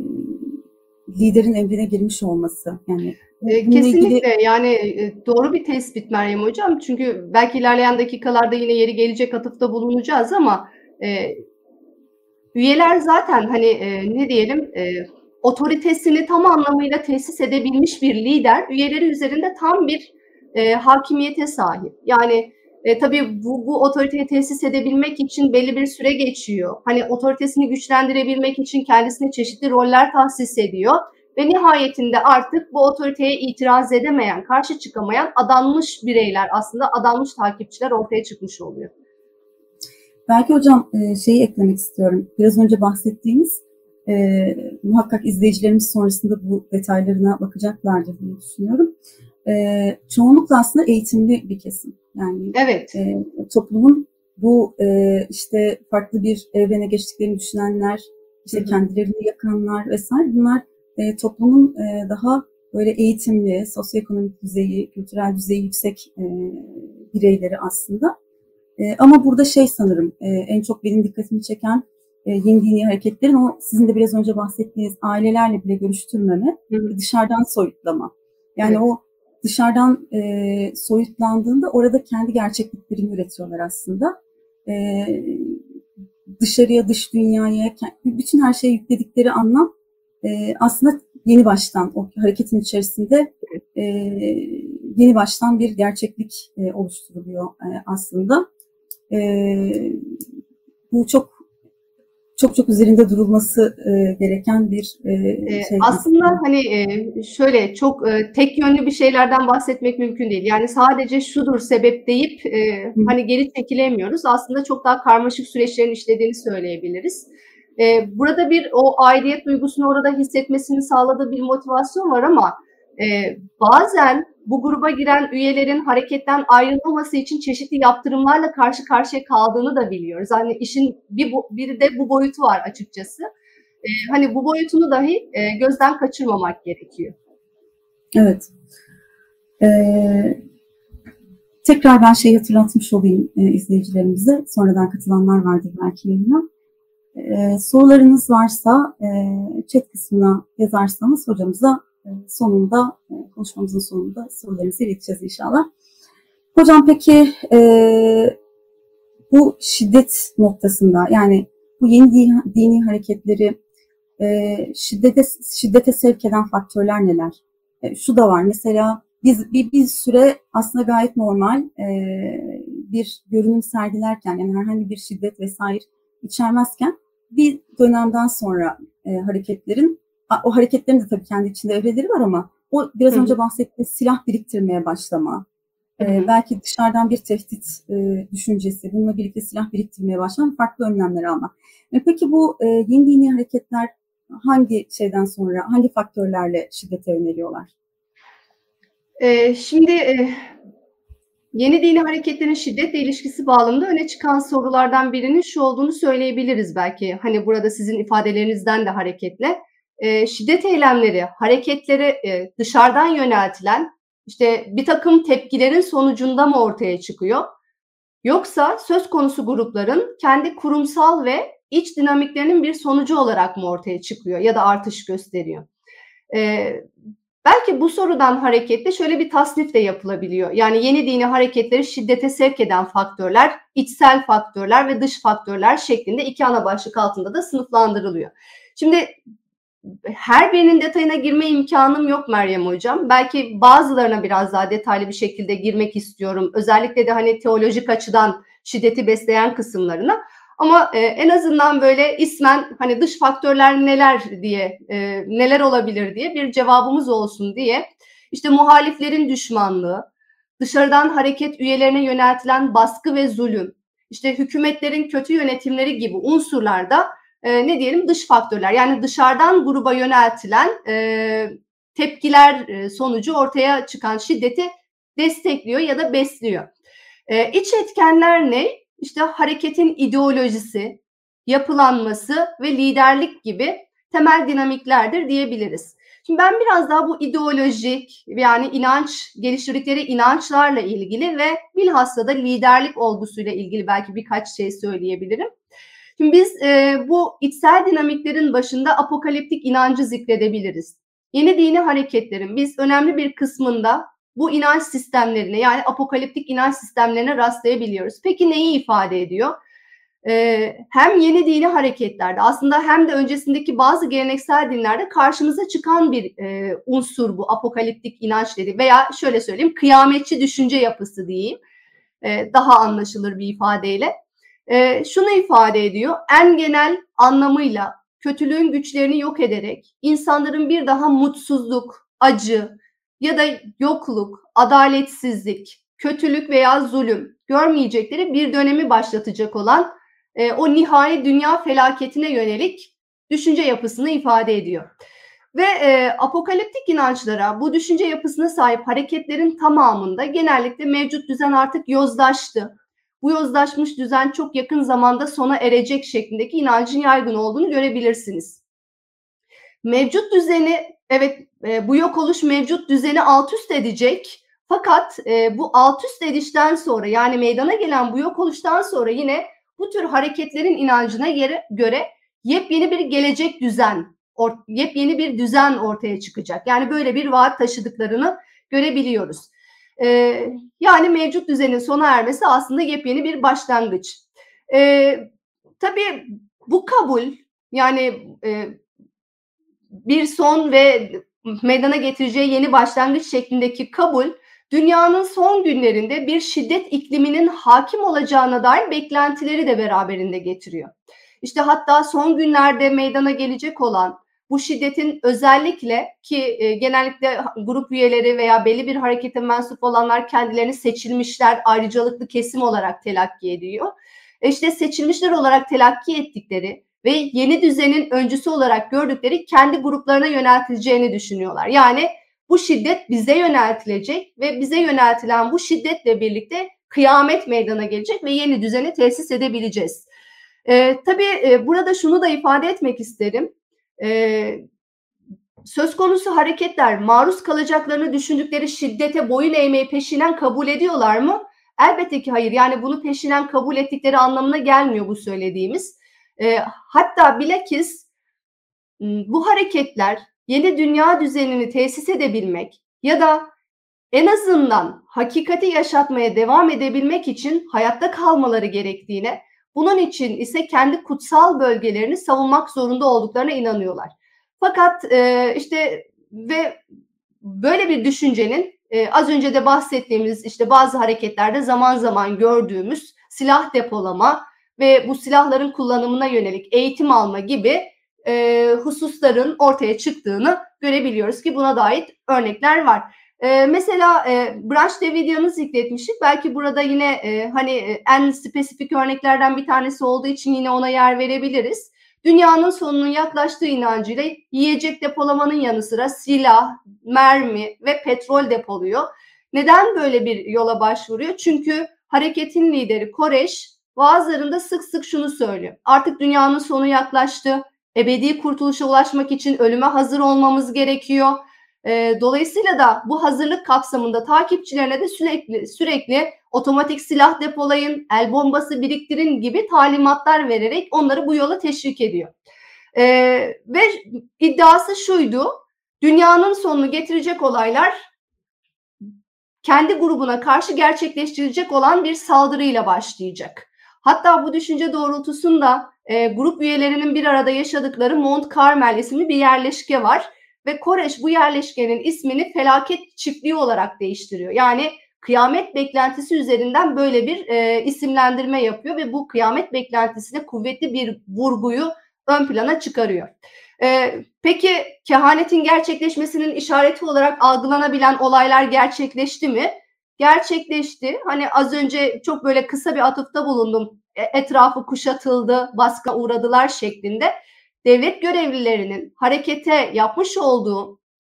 liderin emrine girmiş olması. Yani E, kesinlikle ilgili... yani e, doğru bir tespit Meryem Hocam. Çünkü belki ilerleyen dakikalarda yine yeri gelecek atıfta bulunacağız ama e, üyeler zaten hani e, ne diyelim e, otoritesini tam anlamıyla tesis edebilmiş bir lider, üyeleri üzerinde tam bir e, hakimiyete sahip. Yani e, tabii bu, bu otoriteyi tesis edebilmek için belli bir süre geçiyor. Hani otoritesini güçlendirebilmek için kendisine çeşitli roller tahsis ediyor. Ve nihayetinde artık bu otoriteye itiraz edemeyen, karşı çıkamayan adanmış bireyler, aslında adanmış takipçiler ortaya çıkmış oluyor. Belki hocam şeyi eklemek istiyorum. Biraz önce bahsettiğiniz e, muhakkak izleyicilerimiz sonrasında bu detaylarına bakacaklardır diye düşünüyorum. E, çoğunlukla aslında eğitimli bir kesim. Yani evet. e, toplumun bu e, işte farklı bir evrene geçtiklerini düşünenler, işte hı hı. kendilerini yakanlar vesaire bunlar e, toplumun e, daha böyle eğitimli, sosyoekonomik düzeyi, kültürel düzeyi yüksek e, bireyleri aslında. E, ama burada şey sanırım e, en çok benim dikkatimi çeken e, yeni dini hareketlerin o sizin de biraz önce bahsettiğiniz ailelerle bile görüştürmeme, hı. dışarıdan soyutlama. Yani evet. o dışarıdan e, soyutlandığında orada kendi gerçekliklerini üretiyorlar aslında. E, dışarıya, dış dünyaya, bütün her şeye yükledikleri anlam e, aslında yeni baştan o hareketin içerisinde e, yeni baştan bir gerçeklik e, oluşturuluyor e, aslında. E, bu çok çok çok üzerinde durulması e, gereken bir e, şey. E, aslında hani e, şöyle çok e, tek yönlü bir şeylerden bahsetmek mümkün değil. Yani sadece şudur sebep deyip e, hani geri çekilemiyoruz. Aslında çok daha karmaşık süreçlerin işlediğini söyleyebiliriz. E, burada bir o aidiyet duygusunu orada hissetmesini sağladığı bir motivasyon var ama e, bazen bu gruba giren üyelerin hareketten ayrılmaması için çeşitli yaptırımlarla karşı karşıya kaldığını da biliyoruz. Hani işin bir, bir de bu boyutu var açıkçası. Ee, hani bu boyutunu dahi e, gözden kaçırmamak gerekiyor. Evet. Ee, tekrar ben şeyi hatırlatmış olayım e, izleyicilerimize. Sonradan katılanlar vardır belki yayına. Ee, sorularınız varsa e, chat kısmına yazarsanız hocamıza e, sonunda, e, konuşmamızın sonunda sorularınızı ileteceğiz inşallah. Hocam peki e, bu şiddet noktasında yani bu yeni dini, dini hareketleri e, şiddete şiddete sevk eden faktörler neler? E, şu da var mesela biz bir, bir süre aslında gayet normal e, bir görünüm sergilerken yani herhangi bir şiddet vesaire içermezken bir dönemden sonra e, hareketlerin o hareketlerin de tabii kendi içinde evreleri var ama o biraz Hı-hı. önce bahsettiğimiz silah biriktirmeye başlama, e, belki dışarıdan bir tehdit e, düşüncesi, bununla birlikte silah biriktirmeye başlayan farklı önlemler almak. E, peki bu e, yeni dini hareketler hangi şeyden sonra, hangi faktörlerle şiddete yöneliyorlar? Ee, şimdi e, yeni dini hareketlerin şiddetle ilişkisi bağlamında öne çıkan sorulardan birinin şu olduğunu söyleyebiliriz belki. Hani burada sizin ifadelerinizden de hareketle. E, şiddet eylemleri, hareketlere e, dışarıdan yöneltilen işte bir takım tepkilerin sonucunda mı ortaya çıkıyor? Yoksa söz konusu grupların kendi kurumsal ve iç dinamiklerinin bir sonucu olarak mı ortaya çıkıyor ya da artış gösteriyor? Ee, belki bu sorudan hareketle şöyle bir tasnif de yapılabiliyor. Yani yeni dini hareketleri şiddete sevk eden faktörler, içsel faktörler ve dış faktörler şeklinde iki ana başlık altında da sınıflandırılıyor. Şimdi her birinin detayına girme imkanım yok Meryem Hocam. Belki bazılarına biraz daha detaylı bir şekilde girmek istiyorum. Özellikle de hani teolojik açıdan şiddeti besleyen kısımlarına. Ama e, en azından böyle ismen hani dış faktörler neler diye, e, neler olabilir diye bir cevabımız olsun diye. İşte muhaliflerin düşmanlığı, dışarıdan hareket üyelerine yöneltilen baskı ve zulüm, işte hükümetlerin kötü yönetimleri gibi unsurlarda e, ne diyelim dış faktörler. Yani dışarıdan gruba yöneltilen e, tepkiler e, sonucu ortaya çıkan şiddeti destekliyor ya da besliyor. E, iç etkenler ne? İşte hareketin ideolojisi, yapılanması ve liderlik gibi temel dinamiklerdir diyebiliriz. Şimdi ben biraz daha bu ideolojik yani inanç, geliştirdikleri inançlarla ilgili ve bilhassa da liderlik olgusuyla ilgili belki birkaç şey söyleyebilirim. Şimdi biz e, bu içsel dinamiklerin başında apokaliptik inancı zikredebiliriz. Yeni dini hareketlerin biz önemli bir kısmında bu inanç sistemlerine yani apokaliptik inanç sistemlerine rastlayabiliyoruz. Peki neyi ifade ediyor? Ee, hem yeni dini hareketlerde aslında hem de öncesindeki bazı geleneksel dinlerde karşımıza çıkan bir e, unsur bu apokaliptik inanç dedi veya şöyle söyleyeyim kıyametçi düşünce yapısı diyeyim e, daha anlaşılır bir ifadeyle. E, şunu ifade ediyor en genel anlamıyla kötülüğün güçlerini yok ederek insanların bir daha mutsuzluk, acı ya da yokluk, adaletsizlik, kötülük veya zulüm görmeyecekleri bir dönemi başlatacak olan e, o nihai dünya felaketine yönelik düşünce yapısını ifade ediyor. Ve e, apokaliptik inançlara, bu düşünce yapısına sahip hareketlerin tamamında genellikle mevcut düzen artık yozlaştı. Bu yozlaşmış düzen çok yakın zamanda sona erecek şeklindeki inancın yaygın olduğunu görebilirsiniz. Mevcut düzeni, evet e, bu yok oluş mevcut düzeni alt üst edecek. Fakat e, bu alt üst edişten sonra yani meydana gelen bu yok oluştan sonra yine bu tür hareketlerin inancına göre, göre yepyeni bir gelecek düzen, or, yepyeni bir düzen ortaya çıkacak. Yani böyle bir vaat taşıdıklarını görebiliyoruz. E, yani mevcut düzenin sona ermesi aslında yepyeni bir başlangıç. E, tabii bu kabul yani e, bir son ve meydana getireceği yeni başlangıç şeklindeki kabul, dünyanın son günlerinde bir şiddet ikliminin hakim olacağına dair beklentileri de beraberinde getiriyor. İşte hatta son günlerde meydana gelecek olan bu şiddetin özellikle ki e, genellikle grup üyeleri veya belli bir harekete mensup olanlar kendilerini seçilmişler, ayrıcalıklı kesim olarak telakki ediyor. E işte seçilmişler olarak telakki ettikleri ve yeni düzenin öncüsü olarak gördükleri kendi gruplarına yöneltileceğini düşünüyorlar. Yani bu şiddet bize yöneltilecek ve bize yöneltilen bu şiddetle birlikte kıyamet meydana gelecek ve yeni düzeni tesis edebileceğiz. Ee, tabii e, burada şunu da ifade etmek isterim. Ee, söz konusu hareketler maruz kalacaklarını düşündükleri şiddete boyun eğmeyi peşinen kabul ediyorlar mı? Elbette ki hayır. Yani bunu peşinen kabul ettikleri anlamına gelmiyor bu söylediğimiz. E, hatta bilakis bu hareketler yeni dünya düzenini tesis edebilmek ya da en azından hakikati yaşatmaya devam edebilmek için hayatta kalmaları gerektiğine, bunun için ise kendi kutsal bölgelerini savunmak zorunda olduklarına inanıyorlar. Fakat e, işte ve böyle bir düşüncenin e, az önce de bahsettiğimiz işte bazı hareketlerde zaman zaman gördüğümüz silah depolama ve bu silahların kullanımına yönelik eğitim alma gibi e, hususların ortaya çıktığını görebiliyoruz ki buna dair örnekler var. E, mesela e, Branch Davidian'ı zikretmiştik. Belki burada yine e, hani e, en spesifik örneklerden bir tanesi olduğu için yine ona yer verebiliriz. Dünyanın sonunun yaklaştığı inancıyla yiyecek depolamanın yanı sıra silah, mermi ve petrol depoluyor. Neden böyle bir yola başvuruyor? Çünkü hareketin lideri Koreş vaazlarında sık sık şunu söylüyor. Artık dünyanın sonu yaklaştı. Ebedi kurtuluşa ulaşmak için ölüme hazır olmamız gerekiyor. E, dolayısıyla da bu hazırlık kapsamında takipçilerine de sürekli sürekli otomatik silah depolayın, el bombası biriktirin gibi talimatlar vererek onları bu yola teşvik ediyor. E, ve iddiası şuydu, dünyanın sonunu getirecek olaylar kendi grubuna karşı gerçekleştirilecek olan bir saldırıyla başlayacak. Hatta bu düşünce doğrultusunda e, grup üyelerinin bir arada yaşadıkları Mount Carmel isimli bir yerleşke var. Ve Koreş bu yerleşkenin ismini felaket çiftliği olarak değiştiriyor. Yani kıyamet beklentisi üzerinden böyle bir e, isimlendirme yapıyor ve bu kıyamet beklentisine kuvvetli bir vurguyu ön plana çıkarıyor. E, peki kehanetin gerçekleşmesinin işareti olarak algılanabilen olaylar gerçekleşti mi? Gerçekleşti. Hani az önce çok böyle kısa bir atıfta bulundum. E, etrafı kuşatıldı, baskına uğradılar şeklinde. Devlet görevlilerinin harekete yapmış olduğu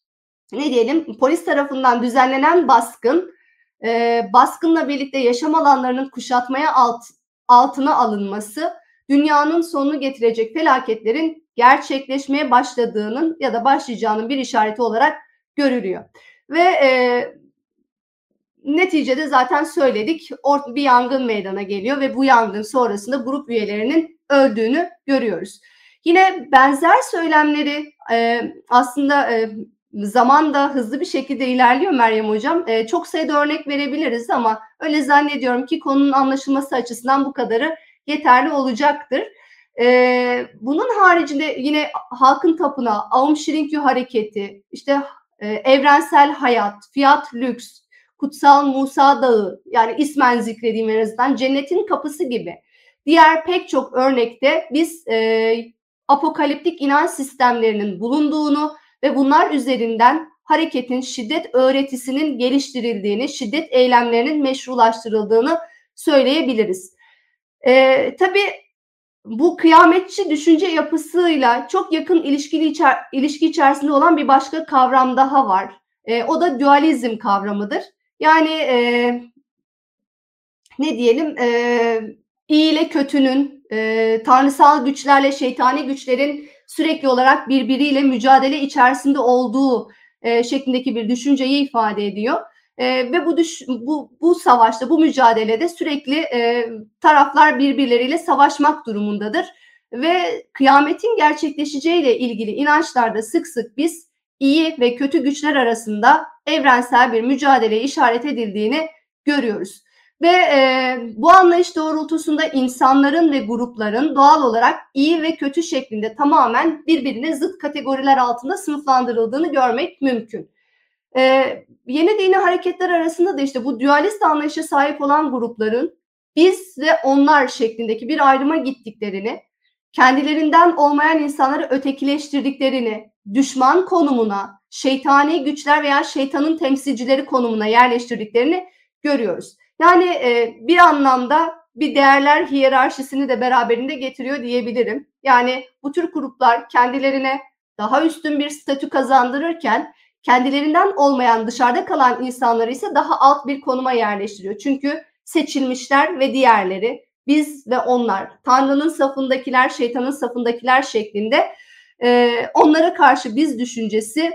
ne diyelim, polis tarafından düzenlenen baskın, e, baskınla birlikte yaşam alanlarının kuşatmaya alt, altına alınması, dünyanın sonunu getirecek felaketlerin gerçekleşmeye başladığının ya da başlayacağının bir işareti olarak görülüyor. Ve e, neticede zaten söyledik, bir yangın meydana geliyor ve bu yangın sonrasında grup üyelerinin öldüğünü görüyoruz. Yine benzer söylemleri e, aslında e, zaman da hızlı bir şekilde ilerliyor Meryem Hocam. E, çok sayıda örnek verebiliriz ama öyle zannediyorum ki konunun anlaşılması açısından bu kadarı yeterli olacaktır. E, bunun haricinde yine Halkın Tapınağı, Aum Şirinkyu Hareketi, işte e, Evrensel Hayat, Fiyat Lüks, Kutsal Musa Dağı, yani ismen zikrediğim en azından Cennetin Kapısı gibi diğer pek çok örnekte biz e, apokaliptik inanç sistemlerinin bulunduğunu ve bunlar üzerinden hareketin, şiddet öğretisinin geliştirildiğini, şiddet eylemlerinin meşrulaştırıldığını söyleyebiliriz. E, tabii bu kıyametçi düşünce yapısıyla çok yakın ilişkili içer, ilişki içerisinde olan bir başka kavram daha var. E, o da dualizm kavramıdır. Yani e, ne diyelim, e, iyi ile kötünün, e, tanrısal güçlerle şeytani güçlerin sürekli olarak birbiriyle mücadele içerisinde olduğu e, şeklindeki bir düşünceyi ifade ediyor. E, ve bu, düş, bu bu savaşta, bu mücadelede sürekli e, taraflar birbirleriyle savaşmak durumundadır. Ve kıyametin gerçekleşeceğiyle ilgili inançlarda sık sık biz iyi ve kötü güçler arasında evrensel bir mücadeleye işaret edildiğini görüyoruz. Ve e, bu anlayış doğrultusunda insanların ve grupların doğal olarak iyi ve kötü şeklinde tamamen birbirine zıt kategoriler altında sınıflandırıldığını görmek mümkün. E, yeni dini hareketler arasında da işte bu dualist anlayışa sahip olan grupların biz ve onlar şeklindeki bir ayrıma gittiklerini, kendilerinden olmayan insanları ötekileştirdiklerini, düşman konumuna, şeytani güçler veya şeytanın temsilcileri konumuna yerleştirdiklerini görüyoruz. Yani e, bir anlamda bir değerler hiyerarşisini de beraberinde getiriyor diyebilirim. Yani bu tür gruplar kendilerine daha üstün bir statü kazandırırken kendilerinden olmayan dışarıda kalan insanları ise daha alt bir konuma yerleştiriyor. Çünkü seçilmişler ve diğerleri, biz ve onlar, Tanrı'nın safındakiler, şeytanın safındakiler şeklinde e, onlara karşı biz düşüncesi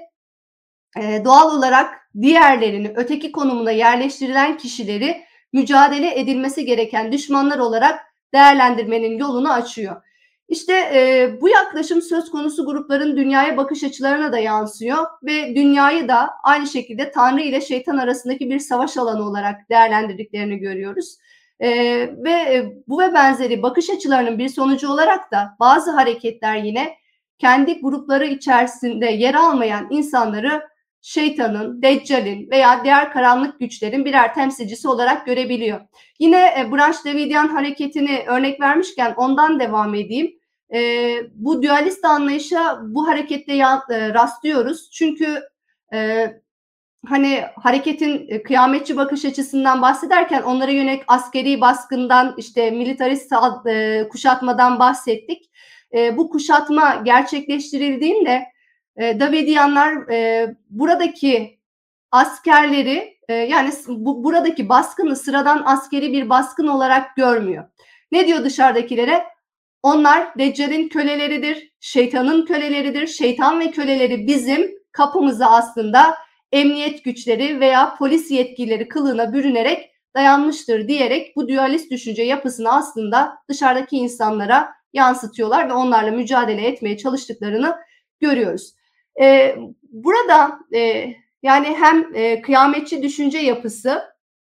e, doğal olarak diğerlerini, öteki konumuna yerleştirilen kişileri mücadele edilmesi gereken düşmanlar olarak değerlendirmenin yolunu açıyor. İşte e, bu yaklaşım söz konusu grupların dünyaya bakış açılarına da yansıyor ve dünyayı da aynı şekilde Tanrı ile şeytan arasındaki bir savaş alanı olarak değerlendirdiklerini görüyoruz. E, ve e, bu ve benzeri bakış açılarının bir sonucu olarak da bazı hareketler yine kendi grupları içerisinde yer almayan insanları şeytanın, deccalin veya diğer karanlık güçlerin birer temsilcisi olarak görebiliyor. Yine e, Branch Davidian hareketini örnek vermişken ondan devam edeyim. E, bu dualist anlayışa bu harekette ya, e, rastlıyoruz. Çünkü e, hani hareketin e, kıyametçi bakış açısından bahsederken onlara yönelik askeri baskından, işte militarist e, kuşatmadan bahsettik. E, bu kuşatma gerçekleştirildiğinde e, Davidiyanlar e, buradaki askerleri e, yani bu, buradaki baskını sıradan askeri bir baskın olarak görmüyor. Ne diyor dışarıdakilere? Onlar Deccal'in köleleridir, şeytanın köleleridir. Şeytan ve köleleri bizim kapımıza aslında emniyet güçleri veya polis yetkilileri kılığına bürünerek dayanmıştır diyerek bu dualist düşünce yapısını aslında dışarıdaki insanlara yansıtıyorlar ve onlarla mücadele etmeye çalıştıklarını görüyoruz. Ee, burada e, yani hem e, kıyametçi düşünce yapısı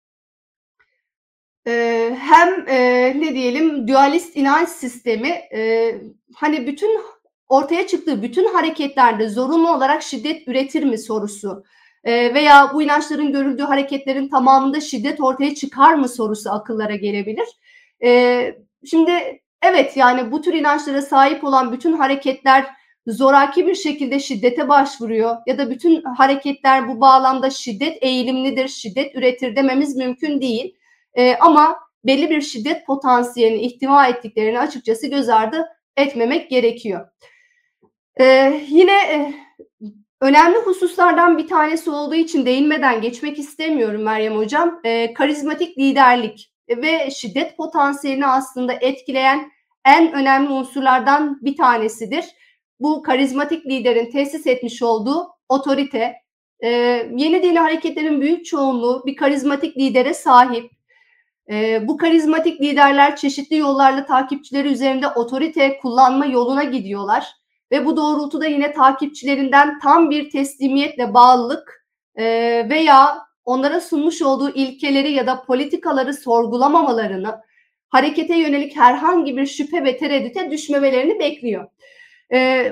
e, hem e, ne diyelim dualist inanç sistemi e, hani bütün ortaya çıktığı bütün hareketlerde zorunlu olarak şiddet üretir mi sorusu e, veya bu inançların görüldüğü hareketlerin tamamında şiddet ortaya çıkar mı sorusu akıllara gelebilir. E, şimdi evet, yani bu tür inançlara sahip olan bütün hareketler zoraki bir şekilde şiddete başvuruyor ya da bütün hareketler bu bağlamda şiddet eğilimlidir, şiddet üretir dememiz mümkün değil. E, ama belli bir şiddet potansiyelini ihtiva ettiklerini açıkçası göz ardı etmemek gerekiyor. E, yine e, önemli hususlardan bir tanesi olduğu için değinmeden geçmek istemiyorum Meryem Hocam. E, karizmatik liderlik ve şiddet potansiyelini aslında etkileyen en önemli unsurlardan bir tanesidir. Bu karizmatik liderin tesis etmiş olduğu otorite. E, yeni dini hareketlerin büyük çoğunluğu bir karizmatik lidere sahip. E, bu karizmatik liderler çeşitli yollarla takipçileri üzerinde otorite kullanma yoluna gidiyorlar. Ve bu doğrultuda yine takipçilerinden tam bir teslimiyetle bağlılık e, veya onlara sunmuş olduğu ilkeleri ya da politikaları sorgulamamalarını, harekete yönelik herhangi bir şüphe ve tereddüte düşmemelerini bekliyor. E,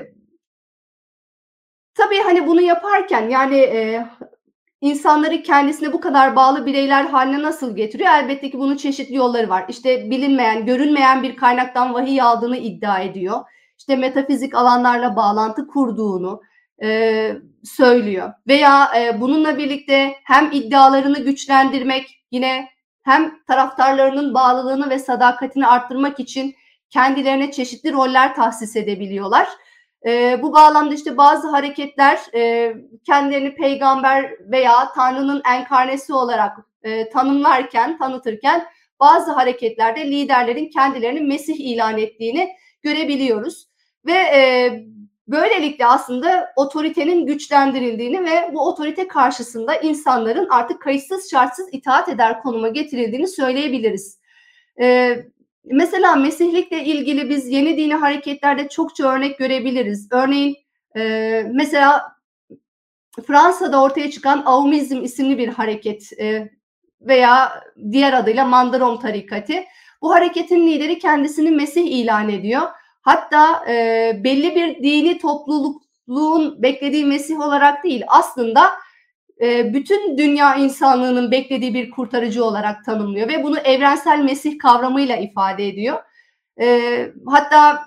tabii hani bunu yaparken yani e, insanları kendisine bu kadar bağlı bireyler haline nasıl getiriyor? Elbette ki bunun çeşitli yolları var. İşte bilinmeyen, görünmeyen bir kaynaktan vahiy aldığını iddia ediyor. İşte metafizik alanlarla bağlantı kurduğunu e, söylüyor. Veya e, bununla birlikte hem iddialarını güçlendirmek, yine hem taraftarlarının bağlılığını ve sadakatini arttırmak için kendilerine çeşitli roller tahsis edebiliyorlar. E, bu bağlamda işte bazı hareketler e, kendilerini peygamber veya Tanrı'nın enkarnesi olarak e, tanımlarken, tanıtırken bazı hareketlerde liderlerin kendilerini Mesih ilan ettiğini görebiliyoruz. Ve e, böylelikle aslında otoritenin güçlendirildiğini ve bu otorite karşısında insanların artık kayıtsız şartsız itaat eder konuma getirildiğini söyleyebiliriz. E, Mesela Mesihlikle ilgili biz yeni dini hareketlerde çokça örnek görebiliriz. Örneğin e, mesela Fransa'da ortaya çıkan Aumizm isimli bir hareket e, veya diğer adıyla Mandarom tarikatı. Bu hareketin lideri kendisini Mesih ilan ediyor. Hatta e, belli bir dini topluluğun beklediği Mesih olarak değil, aslında e, bütün dünya insanlığının beklediği bir kurtarıcı olarak tanımlıyor ve bunu evrensel Mesih kavramıyla ifade ediyor. E, hatta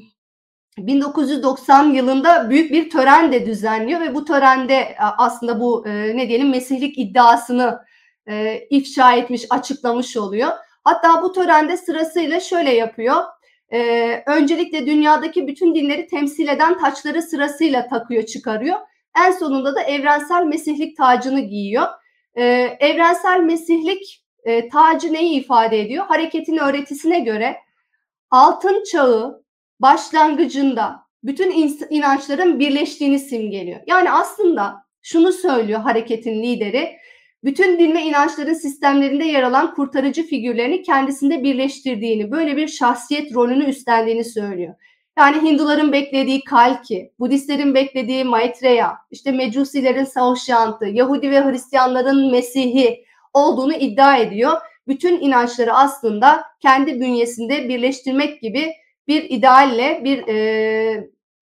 bin dokuz yüz doksan yılında büyük bir tören de düzenliyor ve bu törende aslında bu e, ne diyelim Mesihlik iddiasını e, ifşa etmiş, açıklamış oluyor. Hatta bu törende sırasıyla şöyle yapıyor. E, öncelikle dünyadaki bütün dinleri temsil eden taçları sırasıyla takıyor, çıkarıyor. En sonunda da evrensel Mesihlik tacını giyiyor. E, evrensel Mesihlik e, tacı neyi ifade ediyor? Hareketin öğretisine göre altın çağı başlangıcında bütün inançların birleştiğini simgeliyor. Yani aslında şunu söylüyor hareketin lideri, bütün din ve inançların sistemlerinde yer alan kurtarıcı figürlerini kendisinde birleştirdiğini, böyle bir şahsiyet rolünü üstlendiğini söylüyor. Yani Hinduların beklediği Kalki, Budistlerin beklediği Maitreya, işte Mecusilerin Saoshyant'ı, Yahudi ve Hristiyanların Mesih'i olduğunu iddia ediyor. Bütün inançları aslında kendi bünyesinde birleştirmek gibi bir idealle bir e,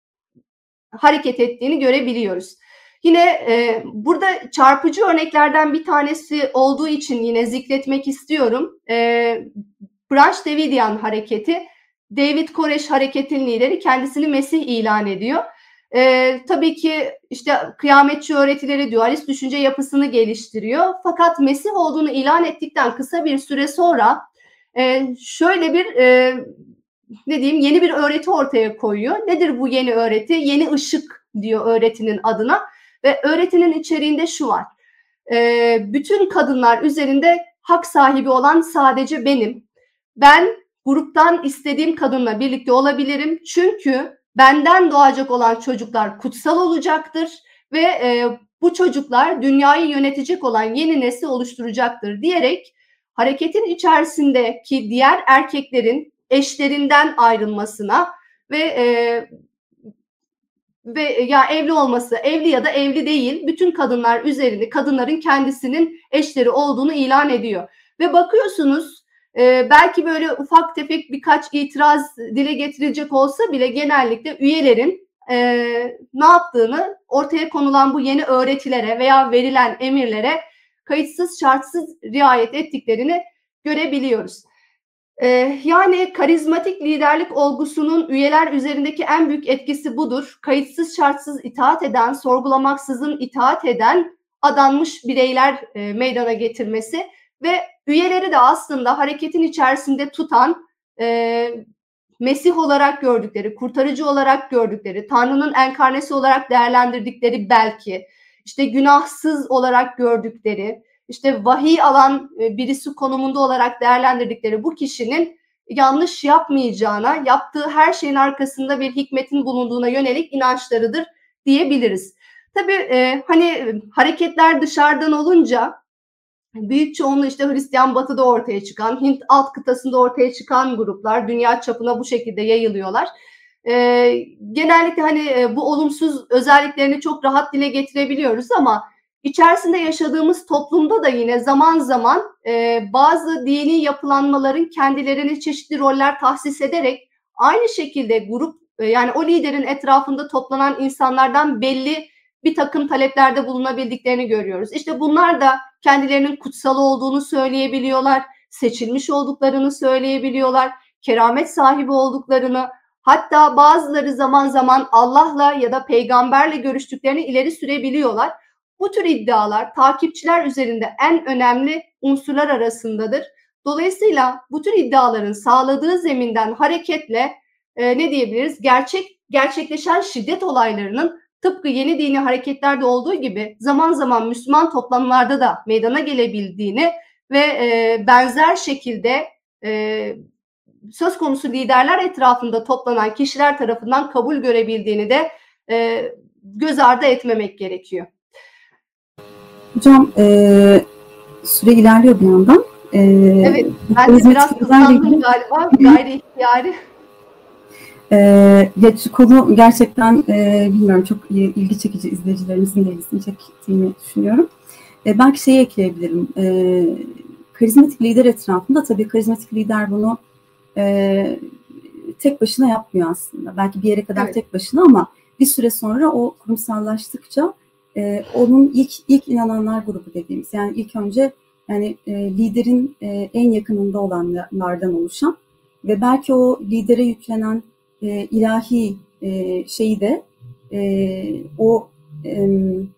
hareket ettiğini görebiliyoruz. Yine e, burada çarpıcı örneklerden bir tanesi olduğu için yine zikretmek istiyorum. E, Branch Davidian hareketi, David Koresh hareketin lideri kendisini Mesih ilan ediyor. E, tabii ki işte kıyametçi öğretileri, dualist düşünce yapısını geliştiriyor. Fakat Mesih olduğunu ilan ettikten kısa bir süre sonra e, şöyle bir e, ne diyeyim yeni bir öğreti ortaya koyuyor. Nedir bu yeni öğreti? Yeni ışık diyor öğretinin adına ve öğretinin içeriğinde şu var. E, bütün kadınlar üzerinde hak sahibi olan sadece benim. Ben gruptan istediğim kadınla birlikte olabilirim. Çünkü benden doğacak olan çocuklar kutsal olacaktır ve e, bu çocuklar dünyayı yönetecek olan yeni nesli oluşturacaktır diyerek hareketin içerisindeki diğer erkeklerin eşlerinden ayrılmasına ve e, ve ya evli olması, evli ya da evli değil, bütün kadınlar üzerinde kadınların kendisinin eşleri olduğunu ilan ediyor. Ve bakıyorsunuz e, belki böyle ufak tefek birkaç itiraz dile getirilecek olsa bile genellikle üyelerin e, ne yaptığını, ortaya konulan bu yeni öğretilere veya verilen emirlere kayıtsız şartsız riayet ettiklerini görebiliyoruz. Ee, yani karizmatik liderlik olgusunun üyeler üzerindeki en büyük etkisi budur. Kayıtsız şartsız itaat eden, sorgulamaksızın itaat eden adanmış bireyler e, meydana getirmesi ve üyeleri de aslında hareketin içerisinde tutan, e, Mesih olarak gördükleri, kurtarıcı olarak gördükleri, Tanrı'nın enkarnesi olarak değerlendirdikleri belki, işte günahsız olarak gördükleri, işte vahiy alan birisi konumunda olarak değerlendirdikleri bu kişinin yanlış yapmayacağına, yaptığı her şeyin arkasında bir hikmetin bulunduğuna yönelik inançlarıdır diyebiliriz. Tabii e, hani hareketler dışarıdan olunca büyük çoğunluğu işte Hristiyan Batı'da ortaya çıkan, Hint alt kıtasında ortaya çıkan gruplar dünya çapına bu şekilde yayılıyorlar. Ee, genellikle hani bu olumsuz özelliklerini çok rahat dile getirebiliyoruz ama içerisinde yaşadığımız toplumda da yine zaman zaman e, bazı dini yapılanmaların kendilerine çeşitli roller tahsis ederek aynı şekilde grup e, yani o liderin etrafında toplanan insanlardan belli bir takım taleplerde bulunabildiklerini görüyoruz. İşte bunlar da kendilerinin kutsal olduğunu söyleyebiliyorlar, seçilmiş olduklarını söyleyebiliyorlar, keramet sahibi olduklarını, hatta bazıları zaman zaman Allah'la ya da peygamberle görüştüklerini ileri sürebiliyorlar. Bu tür iddialar takipçiler üzerinde en önemli unsurlar arasındadır. Dolayısıyla bu tür iddiaların sağladığı zeminden hareketle e, ne diyebiliriz? Gerçek gerçekleşen şiddet olaylarının tıpkı yeni dini hareketlerde olduğu gibi zaman zaman Müslüman toplamlarda da meydana gelebildiğini ve e, benzer şekilde e, söz konusu liderler etrafında toplanan kişiler tarafından kabul görebildiğini de e, göz ardı etmemek gerekiyor. Hocam e, süre ilerliyor bir yandan. E, evet, ben de biraz kıskandım galiba, gayri ihtiyari. Ee, ya şu konu gerçekten e, bilmiyorum çok ilgi çekici, izleyicilerimizin de ilgisini çektiğini düşünüyorum. E, belki şeyi ekleyebilirim. E, karizmatik lider etrafında tabii karizmatik lider bunu e, tek başına yapmıyor aslında. Belki bir yere kadar evet. tek başına ama bir süre sonra o kurumsallaştıkça e, onun ilk ilk inananlar grubu dediğimiz yani ilk önce yani e, liderin e, en yakınında olanlardan oluşan ve belki o lidere yüklenen E, ilahi e, şeyi de e, o e,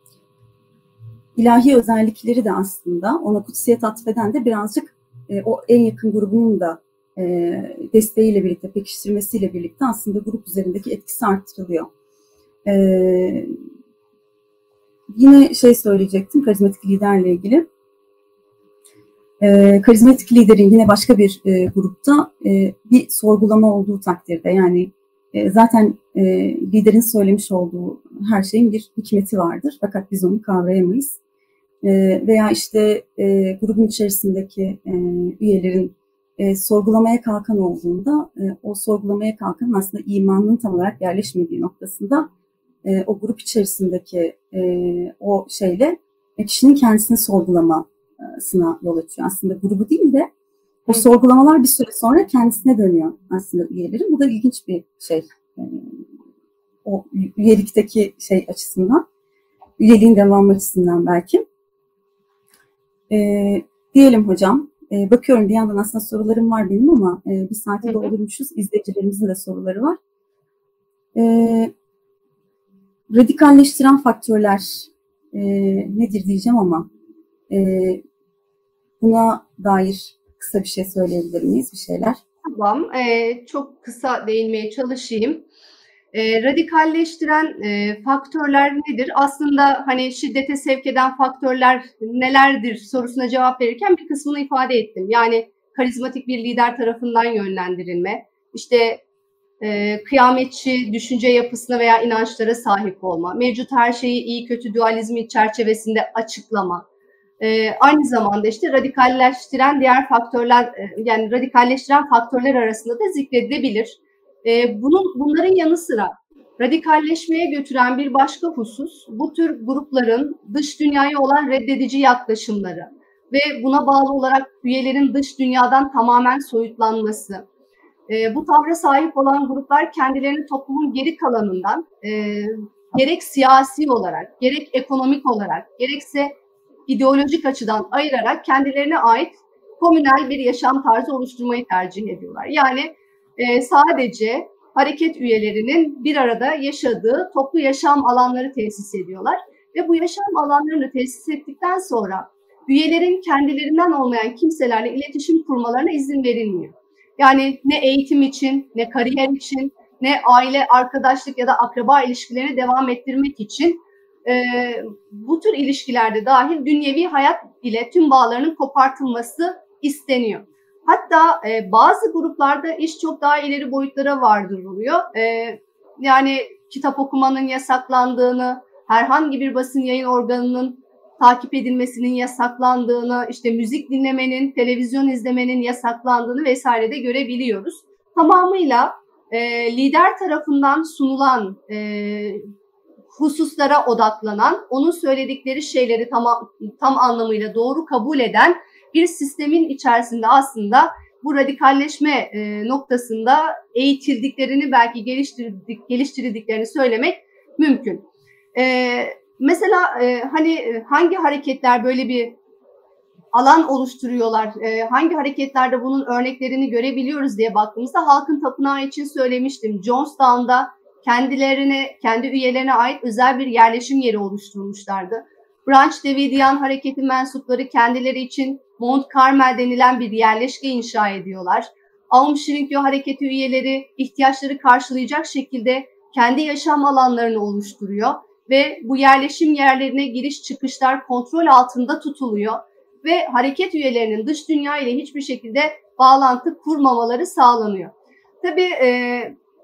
ilahi özellikleri de aslında ona kutsiyet atfeden de birazcık e, o en yakın grubunun da e, desteğiyle birlikte, pekiştirmesiyle birlikte aslında grup üzerindeki etkisi arttırılıyor. E, yine şey söyleyecektim karizmatik liderle ilgili. E, karizmatik liderin yine başka bir e, grupta e, bir sorgulama olduğu takdirde yani e, zaten e, liderin söylemiş olduğu her şeyin bir hikmeti vardır fakat biz onu kavrayamayız. E, veya işte e, grubun içerisindeki e, üyelerin e, sorgulamaya kalkan olduğunda e, o sorgulamaya kalkan aslında imanın tam olarak yerleşmediği noktasında e, o grup içerisindeki e, o şeyle e, kişinin kendisini sorgulama sına yol açıyor. Aslında grubu değil de o sorgulamalar bir süre sonra kendisine dönüyor aslında üyelerin. Bu da ilginç bir şey. O üyelikteki şey açısından, üyeliğin devamı açısından belki. Ee, diyelim hocam, ee, bakıyorum bir yandan aslında sorularım var benim ama e, bir saati doldurmuşuz. İzleyicilerimizin de soruları var. Ee, radikalleştiren faktörler e, nedir diyeceğim ama e, buna dair kısa bir şey söyleyebilir miyiz? Bir şeyler. Tamam. Ee, çok kısa değinmeye çalışayım. Ee, radikalleştiren e, faktörler nedir? Aslında hani şiddete sevk eden faktörler nelerdir sorusuna cevap verirken bir kısmını ifade ettim. Yani karizmatik bir lider tarafından yönlendirilme, işte e, kıyametçi düşünce yapısına veya inançlara sahip olma, mevcut her şeyi iyi kötü dualizmi çerçevesinde açıklama, Ee, aynı zamanda işte radikalleştiren diğer faktörler, yani radikalleştiren faktörler arasında da zikredilebilir. Ee, bunun bunların yanı sıra radikalleşmeye götüren bir başka husus, bu tür grupların dış dünyaya olan reddedici yaklaşımları ve buna bağlı olarak üyelerin dış dünyadan tamamen soyutlanması. Ee, bu tavra sahip olan gruplar kendilerini toplumun geri kalanından e, gerek siyasi olarak, gerek ekonomik olarak, gerekse ideolojik açıdan ayırarak kendilerine ait komünel bir yaşam tarzı oluşturmayı tercih ediyorlar. Yani e, sadece hareket üyelerinin bir arada yaşadığı toplu yaşam alanları tesis ediyorlar. Ve bu yaşam alanlarını tesis ettikten sonra üyelerin kendilerinden olmayan kimselerle iletişim kurmalarına izin verilmiyor. Yani ne eğitim için, ne kariyer için, ne aile, arkadaşlık ya da akraba ilişkilerini devam ettirmek için e, bu tür ilişkilerde dahil dünyevi hayat ile tüm bağlarının kopartılması isteniyor. Hatta e, bazı gruplarda iş çok daha ileri boyutlara vardırılıyor. E, yani kitap okumanın yasaklandığını, herhangi bir basın yayın organının takip edilmesinin yasaklandığını, işte müzik dinlemenin, televizyon izlemenin yasaklandığını vesaire de görebiliyoruz. Tamamıyla e, lider tarafından sunulan e, hususlara odaklanan, onun söyledikleri şeyleri tam, tam anlamıyla doğru kabul eden bir sistemin içerisinde aslında bu radikalleşme e, noktasında eğitildiklerini, belki geliştirdik, geliştirdiklerini söylemek mümkün. E, mesela e, hani hangi hareketler böyle bir alan oluşturuyorlar, e, hangi hareketlerde bunun örneklerini görebiliyoruz diye baktığımızda Halkın Tapınağı için söylemiştim. Jonestown'da kendilerine, kendi üyelerine ait özel bir yerleşim yeri oluşturmuşlardı. Branch Davidian hareketi mensupları kendileri için Mount Carmel denilen bir yerleşke inşa ediyorlar. Aum Shinrikyo hareketi üyeleri ihtiyaçları karşılayacak şekilde kendi yaşam alanlarını oluşturuyor ve bu yerleşim yerlerine giriş çıkışlar kontrol altında tutuluyor ve hareket üyelerinin dış dünya ile hiçbir şekilde bağlantı kurmamaları sağlanıyor. Tabii e,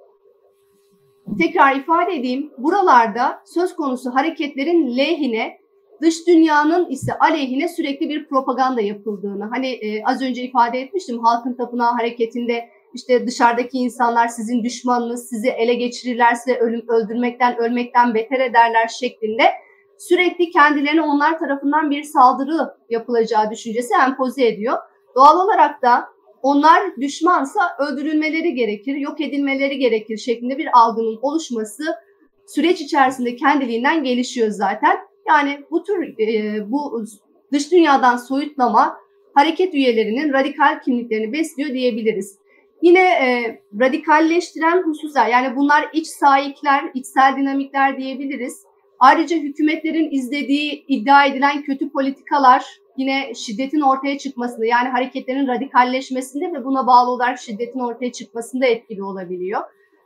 tekrar ifade edeyim, buralarda söz konusu hareketlerin lehine, dış dünyanın ise aleyhine sürekli bir propaganda yapıldığını, hani e, az önce ifade etmiştim, Halkın Tapınağı hareketinde işte dışarıdaki insanlar sizin düşmanınız, sizi ele geçirirlerse ölüm, öldürmekten, ölmekten beter ederler şeklinde sürekli kendilerine onlar tarafından bir saldırı yapılacağı düşüncesi empoze ediyor. Doğal olarak da onlar düşmansa öldürülmeleri gerekir, yok edilmeleri gerekir şeklinde bir algının oluşması süreç içerisinde kendiliğinden gelişiyor zaten. Yani bu tür e, bu dış dünyadan soyutlama hareket üyelerinin radikal kimliklerini besliyor diyebiliriz. Yine e, radikalleştiren hususlar, yani bunlar iç sahipler, içsel dinamikler diyebiliriz. Ayrıca hükümetlerin izlediği iddia edilen kötü politikalar yine şiddetin ortaya çıkmasında, yani hareketlerin radikalleşmesinde ve buna bağlı olarak şiddetin ortaya çıkmasında etkili olabiliyor.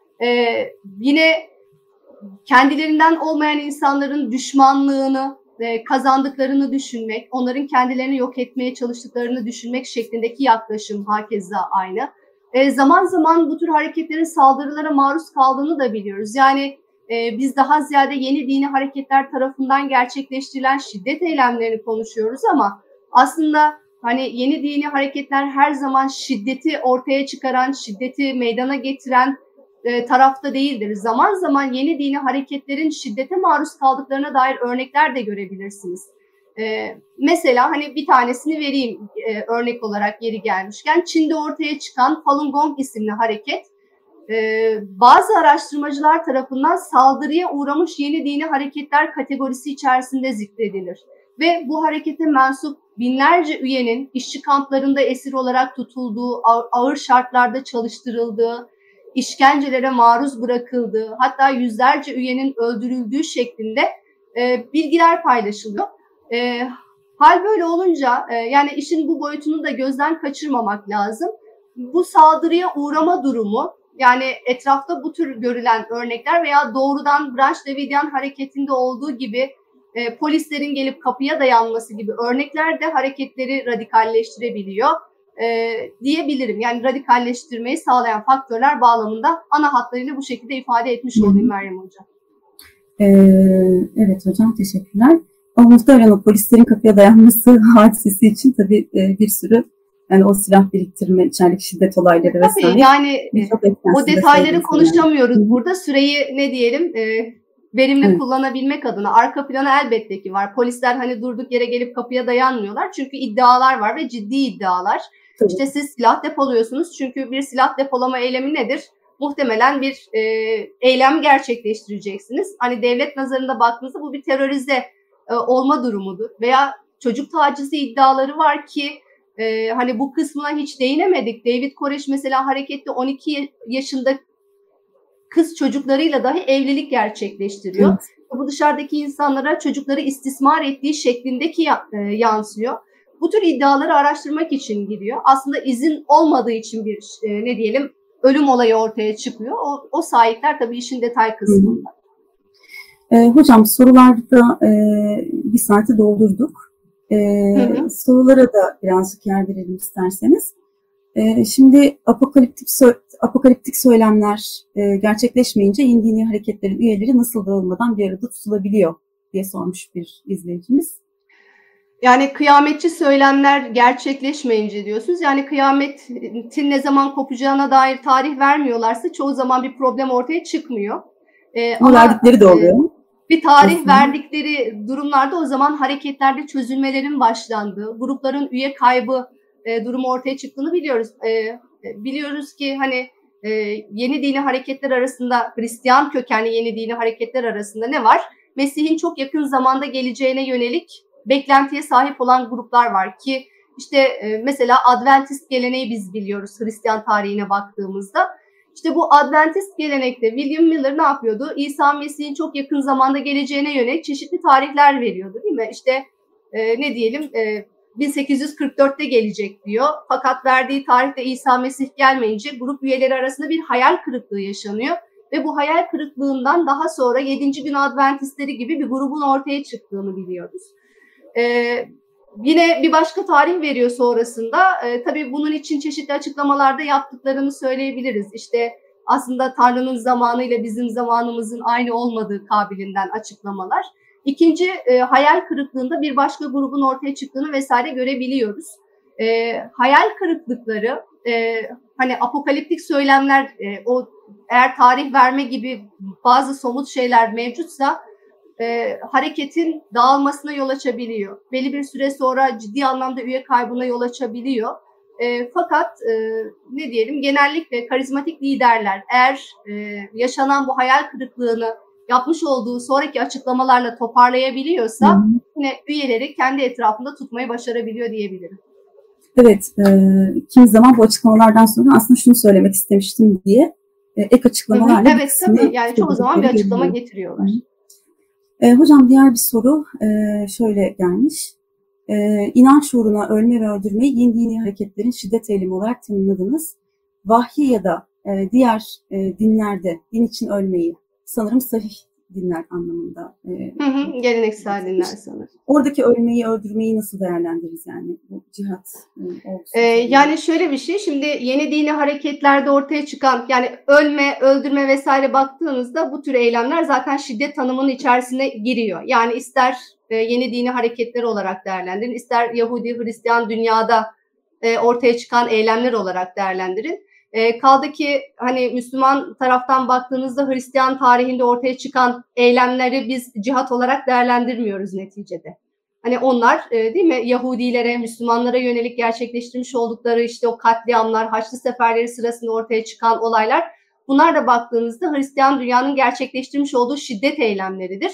Ee, yine kendilerinden olmayan insanların düşmanlığını, e, kazandıklarını düşünmek, onların kendilerini yok etmeye çalıştıklarını düşünmek şeklindeki yaklaşım hakeza aynı. E, zaman zaman bu tür hareketlerin saldırılara maruz kaldığını da biliyoruz. Yani e, biz daha ziyade yeni dini hareketler tarafından gerçekleştirilen şiddet eylemlerini konuşuyoruz ama aslında hani yeni dini hareketler her zaman şiddeti ortaya çıkaran, şiddeti meydana getiren e, tarafta değildir. Zaman zaman yeni dini hareketlerin şiddete maruz kaldıklarına dair örnekler de görebilirsiniz. Ee, mesela hani bir tanesini vereyim e, örnek olarak yeri gelmişken, Çin'de ortaya çıkan Falun Gong isimli hareket e, bazı araştırmacılar tarafından saldırıya uğramış yeni dini hareketler kategorisi içerisinde zikredilir. Ve bu harekete mensup binlerce üyenin işçi kamplarında esir olarak tutulduğu, ağır şartlarda çalıştırıldığı, işkencelere maruz bırakıldığı, hatta yüzlerce üyenin öldürüldüğü şeklinde e, bilgiler paylaşılıyor. E, hal böyle olunca e, yani işin bu boyutunu da gözden kaçırmamak lazım. Bu saldırıya uğrama durumu, yani etrafta bu tür görülen örnekler veya doğrudan Branch Davidian hareketinde olduğu gibi e, polislerin gelip kapıya dayanması gibi örnekler de hareketleri radikalleştirebiliyor e, diyebilirim. Yani radikalleştirmeyi sağlayan faktörler bağlamında ana hatlarıyla bu şekilde ifade etmiş olayım Meryem Hocam. Ee, evet hocam, teşekkürler. Ama muhtemelen o polislerin kapıya dayanması hadisesi için tabii bir sürü, yani o silah biriktirme, içerideki şiddet olayları vesaire. Tabii yani o detayları konuşamıyoruz yani burada. Süreyi ne diyelim e, verimli evet. kullanabilmek adına arka planı elbette ki var. Polisler hani durduk yere gelip kapıya dayanmıyorlar. Çünkü iddialar var ve ciddi iddialar. Tabii. İşte siz silah depoluyorsunuz. Çünkü bir silah depolama eylemi nedir? Muhtemelen bir e, eylem gerçekleştireceksiniz. Hani devlet nazarında baktığınızda bu bir terörize olma durumudur. Veya çocuk tacizi iddiaları var ki e, hani bu kısmına hiç değinemedik. David Koresh mesela harekette on iki yaşında kız çocuklarıyla dahi evlilik gerçekleştiriyor. Evet. Bu dışarıdaki insanlara çocukları istismar ettiği şeklindeki e, yansıyor. bu tür iddiaları araştırmak için gidiyor. Aslında izin olmadığı için bir e, ne diyelim ölüm olayı ortaya çıkıyor. O, o sahipler tabii işin detay kısmında. E, hocam sorularda e, bir saati doldurduk. E, hı hı. Sorulara da birazcık yer verelim isterseniz. E, şimdi apokaliptik, apokaliptik söylemler e, gerçekleşmeyince yeni dini hareketlerin üyeleri nasıl dağılmadan bir arada tutulabiliyor diye sormuş bir izleyicimiz. Yani kıyametçi söylemler gerçekleşmeyince diyorsunuz. Yani kıyametin ne zaman kopacağına dair tarih vermiyorlarsa çoğu zaman bir problem ortaya çıkmıyor. Ee, ama verdikleri de oluyor. E, bir tarih aslında verdikleri durumlarda o zaman hareketlerde çözülmelerin başlandığı, grupların üye kaybı e, durumu ortaya çıktığını biliyoruz. E, biliyoruz ki hani e, yeni dini hareketler arasında, Hristiyan kökenli yeni dini hareketler arasında ne var? Mesih'in çok yakın zamanda geleceğine yönelik beklentiye sahip olan gruplar var ki işte e, mesela Adventist geleneği biz biliyoruz Hristiyan tarihine baktığımızda. İşte bu Adventist gelenekte William Miller ne yapıyordu? İsa Mesih'in çok yakın zamanda geleceğine yönelik çeşitli tarihler veriyordu değil mi? İşte e, ne diyelim e, bin sekiz yüz kırk dörtte gelecek diyor. Fakat verdiği tarihte İsa Mesih gelmeyince grup üyeleri arasında bir hayal kırıklığı yaşanıyor. Ve bu hayal kırıklığından daha sonra yedinci gün Adventistleri gibi bir grubun ortaya çıktığını biliyoruz. Ee, yine bir başka tarih veriyor sonrasında. Ee, tabii bunun için çeşitli açıklamalarda yaptıklarını söyleyebiliriz. İşte aslında Tanrı'nın zamanıyla bizim zamanımızın aynı olmadığı kabilinden açıklamalar. İkinci e, hayal kırıklığında bir başka grubun ortaya çıktığını vesaire görebiliyoruz. E, hayal kırıklıkları, e, hani apokaliptik söylemler, e, o eğer tarih verme gibi bazı somut şeyler mevcutsa e, hareketin dağılmasına yol açabiliyor. Belli bir süre sonra ciddi anlamda üye kaybına yol açabiliyor. E, fakat e, ne diyelim genellikle karizmatik liderler eğer e, yaşanan bu hayal kırıklığını yapmış olduğu sonraki açıklamalarla toparlayabiliyorsa hı hı. yine üyeleri kendi etrafında tutmayı başarabiliyor diyebilirim. Evet, e, kimi zaman bu açıklamalardan sonra aslında şunu söylemek istemiştim diye e, ek açıklamalarla. Hı hı, evet tabii yani çoğu zaman bir açıklama geliyor. getiriyorlar. Hı hı. E, hocam diğer bir soru e, şöyle gelmiş. E, inanç uğruna ölme ve öldürmeyi yeni dini hareketlerin şiddet eylemi olarak tanımladınız. Vahiy ya da e, diğer e, dinlerde din için ölmeyi sanırım sahih dinler anlamında. E, hı hı, geleneksel dinler sanırım. Oradaki ölmeyi, öldürmeyi nasıl değerlendiririz yani bu cihat? E, ee, yani şöyle bir şey, şimdi yeni dini hareketlerde ortaya çıkan yani ölme, öldürme vesaire baktığınızda bu tür eylemler zaten şiddet tanımının içerisine giriyor. Yani ister e, yeni dini hareketler olarak değerlendirin, ister Yahudi, Hristiyan dünyada e, ortaya çıkan eylemler olarak değerlendirin. E, kaldı ki hani Müslüman taraftan baktığınızda Hristiyan tarihinde ortaya çıkan eylemleri biz cihat olarak değerlendirmiyoruz neticede. Hani onlar e, değil mi Yahudilere, Müslümanlara yönelik gerçekleştirmiş oldukları işte o katliamlar, Haçlı seferleri sırasında ortaya çıkan olaylar, bunlar da baktığınızda Hristiyan dünyanın gerçekleştirmiş olduğu şiddet eylemleridir.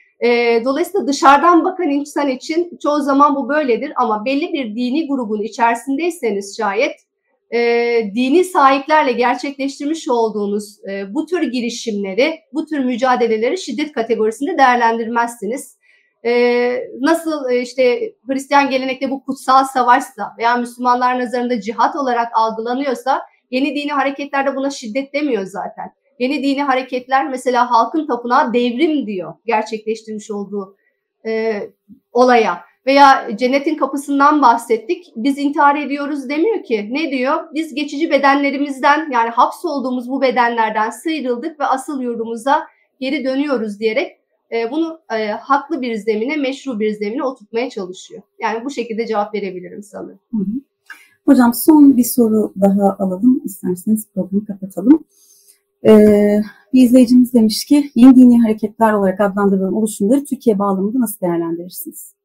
E, dolayısıyla dışarıdan bakan insan için çoğu zaman bu böyledir ama belli bir dini grubun içerisindeyseniz şayet e, dini sahiplerle gerçekleştirmiş olduğunuz e, bu tür girişimleri, bu tür mücadeleleri şiddet kategorisinde değerlendirmezsiniz. Ee, nasıl işte Hristiyan gelenekte bu kutsal savaşsa veya Müslümanlar nazarında cihat olarak algılanıyorsa yeni dini hareketlerde buna şiddet demiyor zaten. Yeni dini hareketler mesela halkın tapınağı devrim diyor gerçekleştirmiş olduğu e, olaya. Veya cennetin kapısından bahsettik. Biz intihar ediyoruz demiyor ki. Ne diyor? Biz geçici bedenlerimizden yani hapsolduğumuz bu bedenlerden sıyrıldık ve asıl yurdumuza geri dönüyoruz diyerek e, bunu e, haklı bir zemine, meşru bir zemine oturtmaya çalışıyor. Yani bu şekilde cevap verebilirim sanırım. Hı hı. Hocam son bir soru daha alalım. İsterseniz programı kapatalım. Ee, bir izleyicimiz demiş ki yeni dini hareketler olarak adlandırılan oluşumları Türkiye bağlamında nasıl değerlendirirsiniz?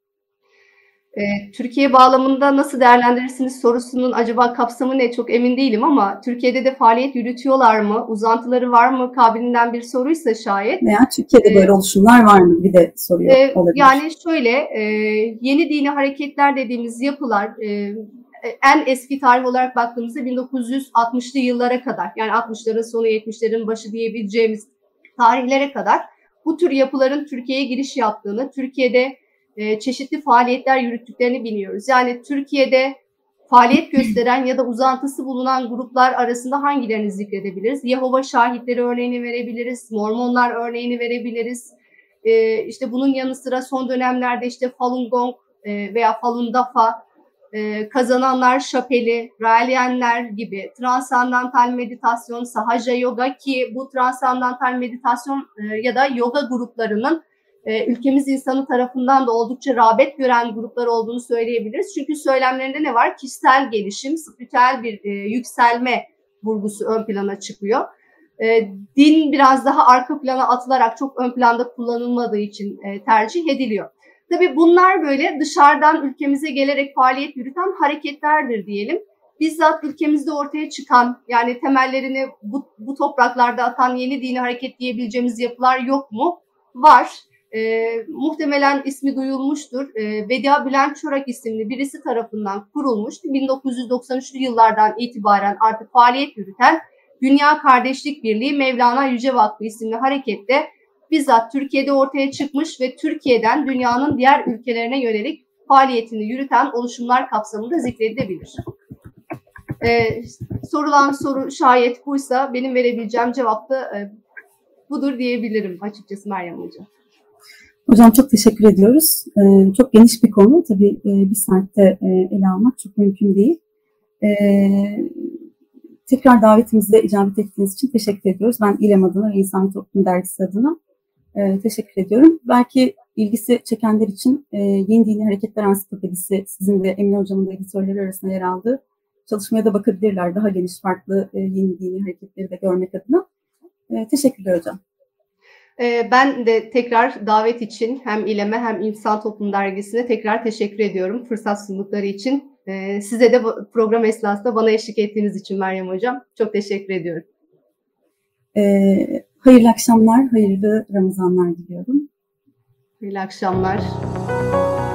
E, Türkiye bağlamında nasıl değerlendirirsiniz sorusunun acaba kapsamı ne çok emin değilim ama Türkiye'de de faaliyet yürütüyorlar mı? Uzantıları var mı? Kabilinden bir soruysa şayet. Veya Türkiye'de böyle e, oluşumlar var mı? Bir de soruyor e, olabilir. Yani şöyle e, yeni dini hareketler dediğimiz yapılar e, en eski tarih olarak baktığımızda bin dokuz yüz altmışlı yıllara kadar yani altmışların sonu yetmişlerin başı diyebileceğimiz tarihlere kadar bu tür yapıların Türkiye'ye giriş yaptığını, Türkiye'de e, çeşitli faaliyetler yürüttüklerini biliyoruz. Yani Türkiye'de faaliyet gösteren ya da uzantısı bulunan gruplar arasında hangilerini zikredebiliriz? Yehova şahitleri örneğini verebiliriz, Mormonlar örneğini verebiliriz. E, işte bunun yanı sıra son dönemlerde işte Falun Gong e, veya Falun Dafa, e, Kazananlar Şapeli, Raeliyenler gibi transandantal meditasyon, Sahaja Yoga ki bu transandantal meditasyon e, ya da yoga gruplarının e, ülkemiz insanı tarafından da oldukça rağbet gören gruplar olduğunu söyleyebiliriz. Çünkü söylemlerinde ne var? Kişisel gelişim, spiritüel bir e, yükselme vurgusu ön plana çıkıyor. E, din biraz daha arka plana atılarak çok ön planda kullanılmadığı için e, tercih ediliyor. Tabii bunlar böyle dışarıdan ülkemize gelerek faaliyet yürüten hareketlerdir diyelim. Bizzat ülkemizde ortaya çıkan, yani temellerini bu, bu topraklarda atan yeni dini hareket diyebileceğimiz yapılar yok mu? Var. E, muhtemelen ismi duyulmuştur. E, Vedia Bülent Çorak isimli birisi tarafından kurulmuş. bin dokuz yüz doksan üçlü yıllardan itibaren artık faaliyet yürüten Dünya Kardeşlik Birliği Mevlana Yüce Vakfı isimli harekette bizzat Türkiye'de ortaya çıkmış ve Türkiye'den dünyanın diğer ülkelerine yönelik faaliyetini yürüten oluşumlar kapsamında zikredilebilir. Ee, sorulan soru şayet buysa benim verebileceğim cevap da e, budur diyebilirim açıkçası Meryem Hocam. Hocam çok teşekkür ediyoruz. Ee, çok geniş bir konu. Tabii e, bir saatte e, ele almak çok mümkün değil. Ee, tekrar davetimize icabet ettiğiniz için teşekkür ediyoruz. Ben İLEM adına ve İnsan ve Toplum Dergisi adına e, teşekkür ediyorum. Belki ilgisi çekenler için e, Yeni Dini Hareketler Ansiklopedisi sizin de Emine Hocam'ın da editörleri arasında yer aldığı çalışmaya da bakabilirler. Daha geniş farklı e, yeni dini hareketleri de görmek adına. E, teşekkürler hocam. Ben de tekrar davet için hem İLEM'e hem İnsan Toplum Dergisi'ne tekrar teşekkür ediyorum fırsat sundukları için. Size de program esnasında bana eşlik ettiğiniz için Meryem Hocam çok teşekkür ediyorum. Ee, hayırlı akşamlar, hayırlı Ramazanlar diliyorum. Hayırlı akşamlar.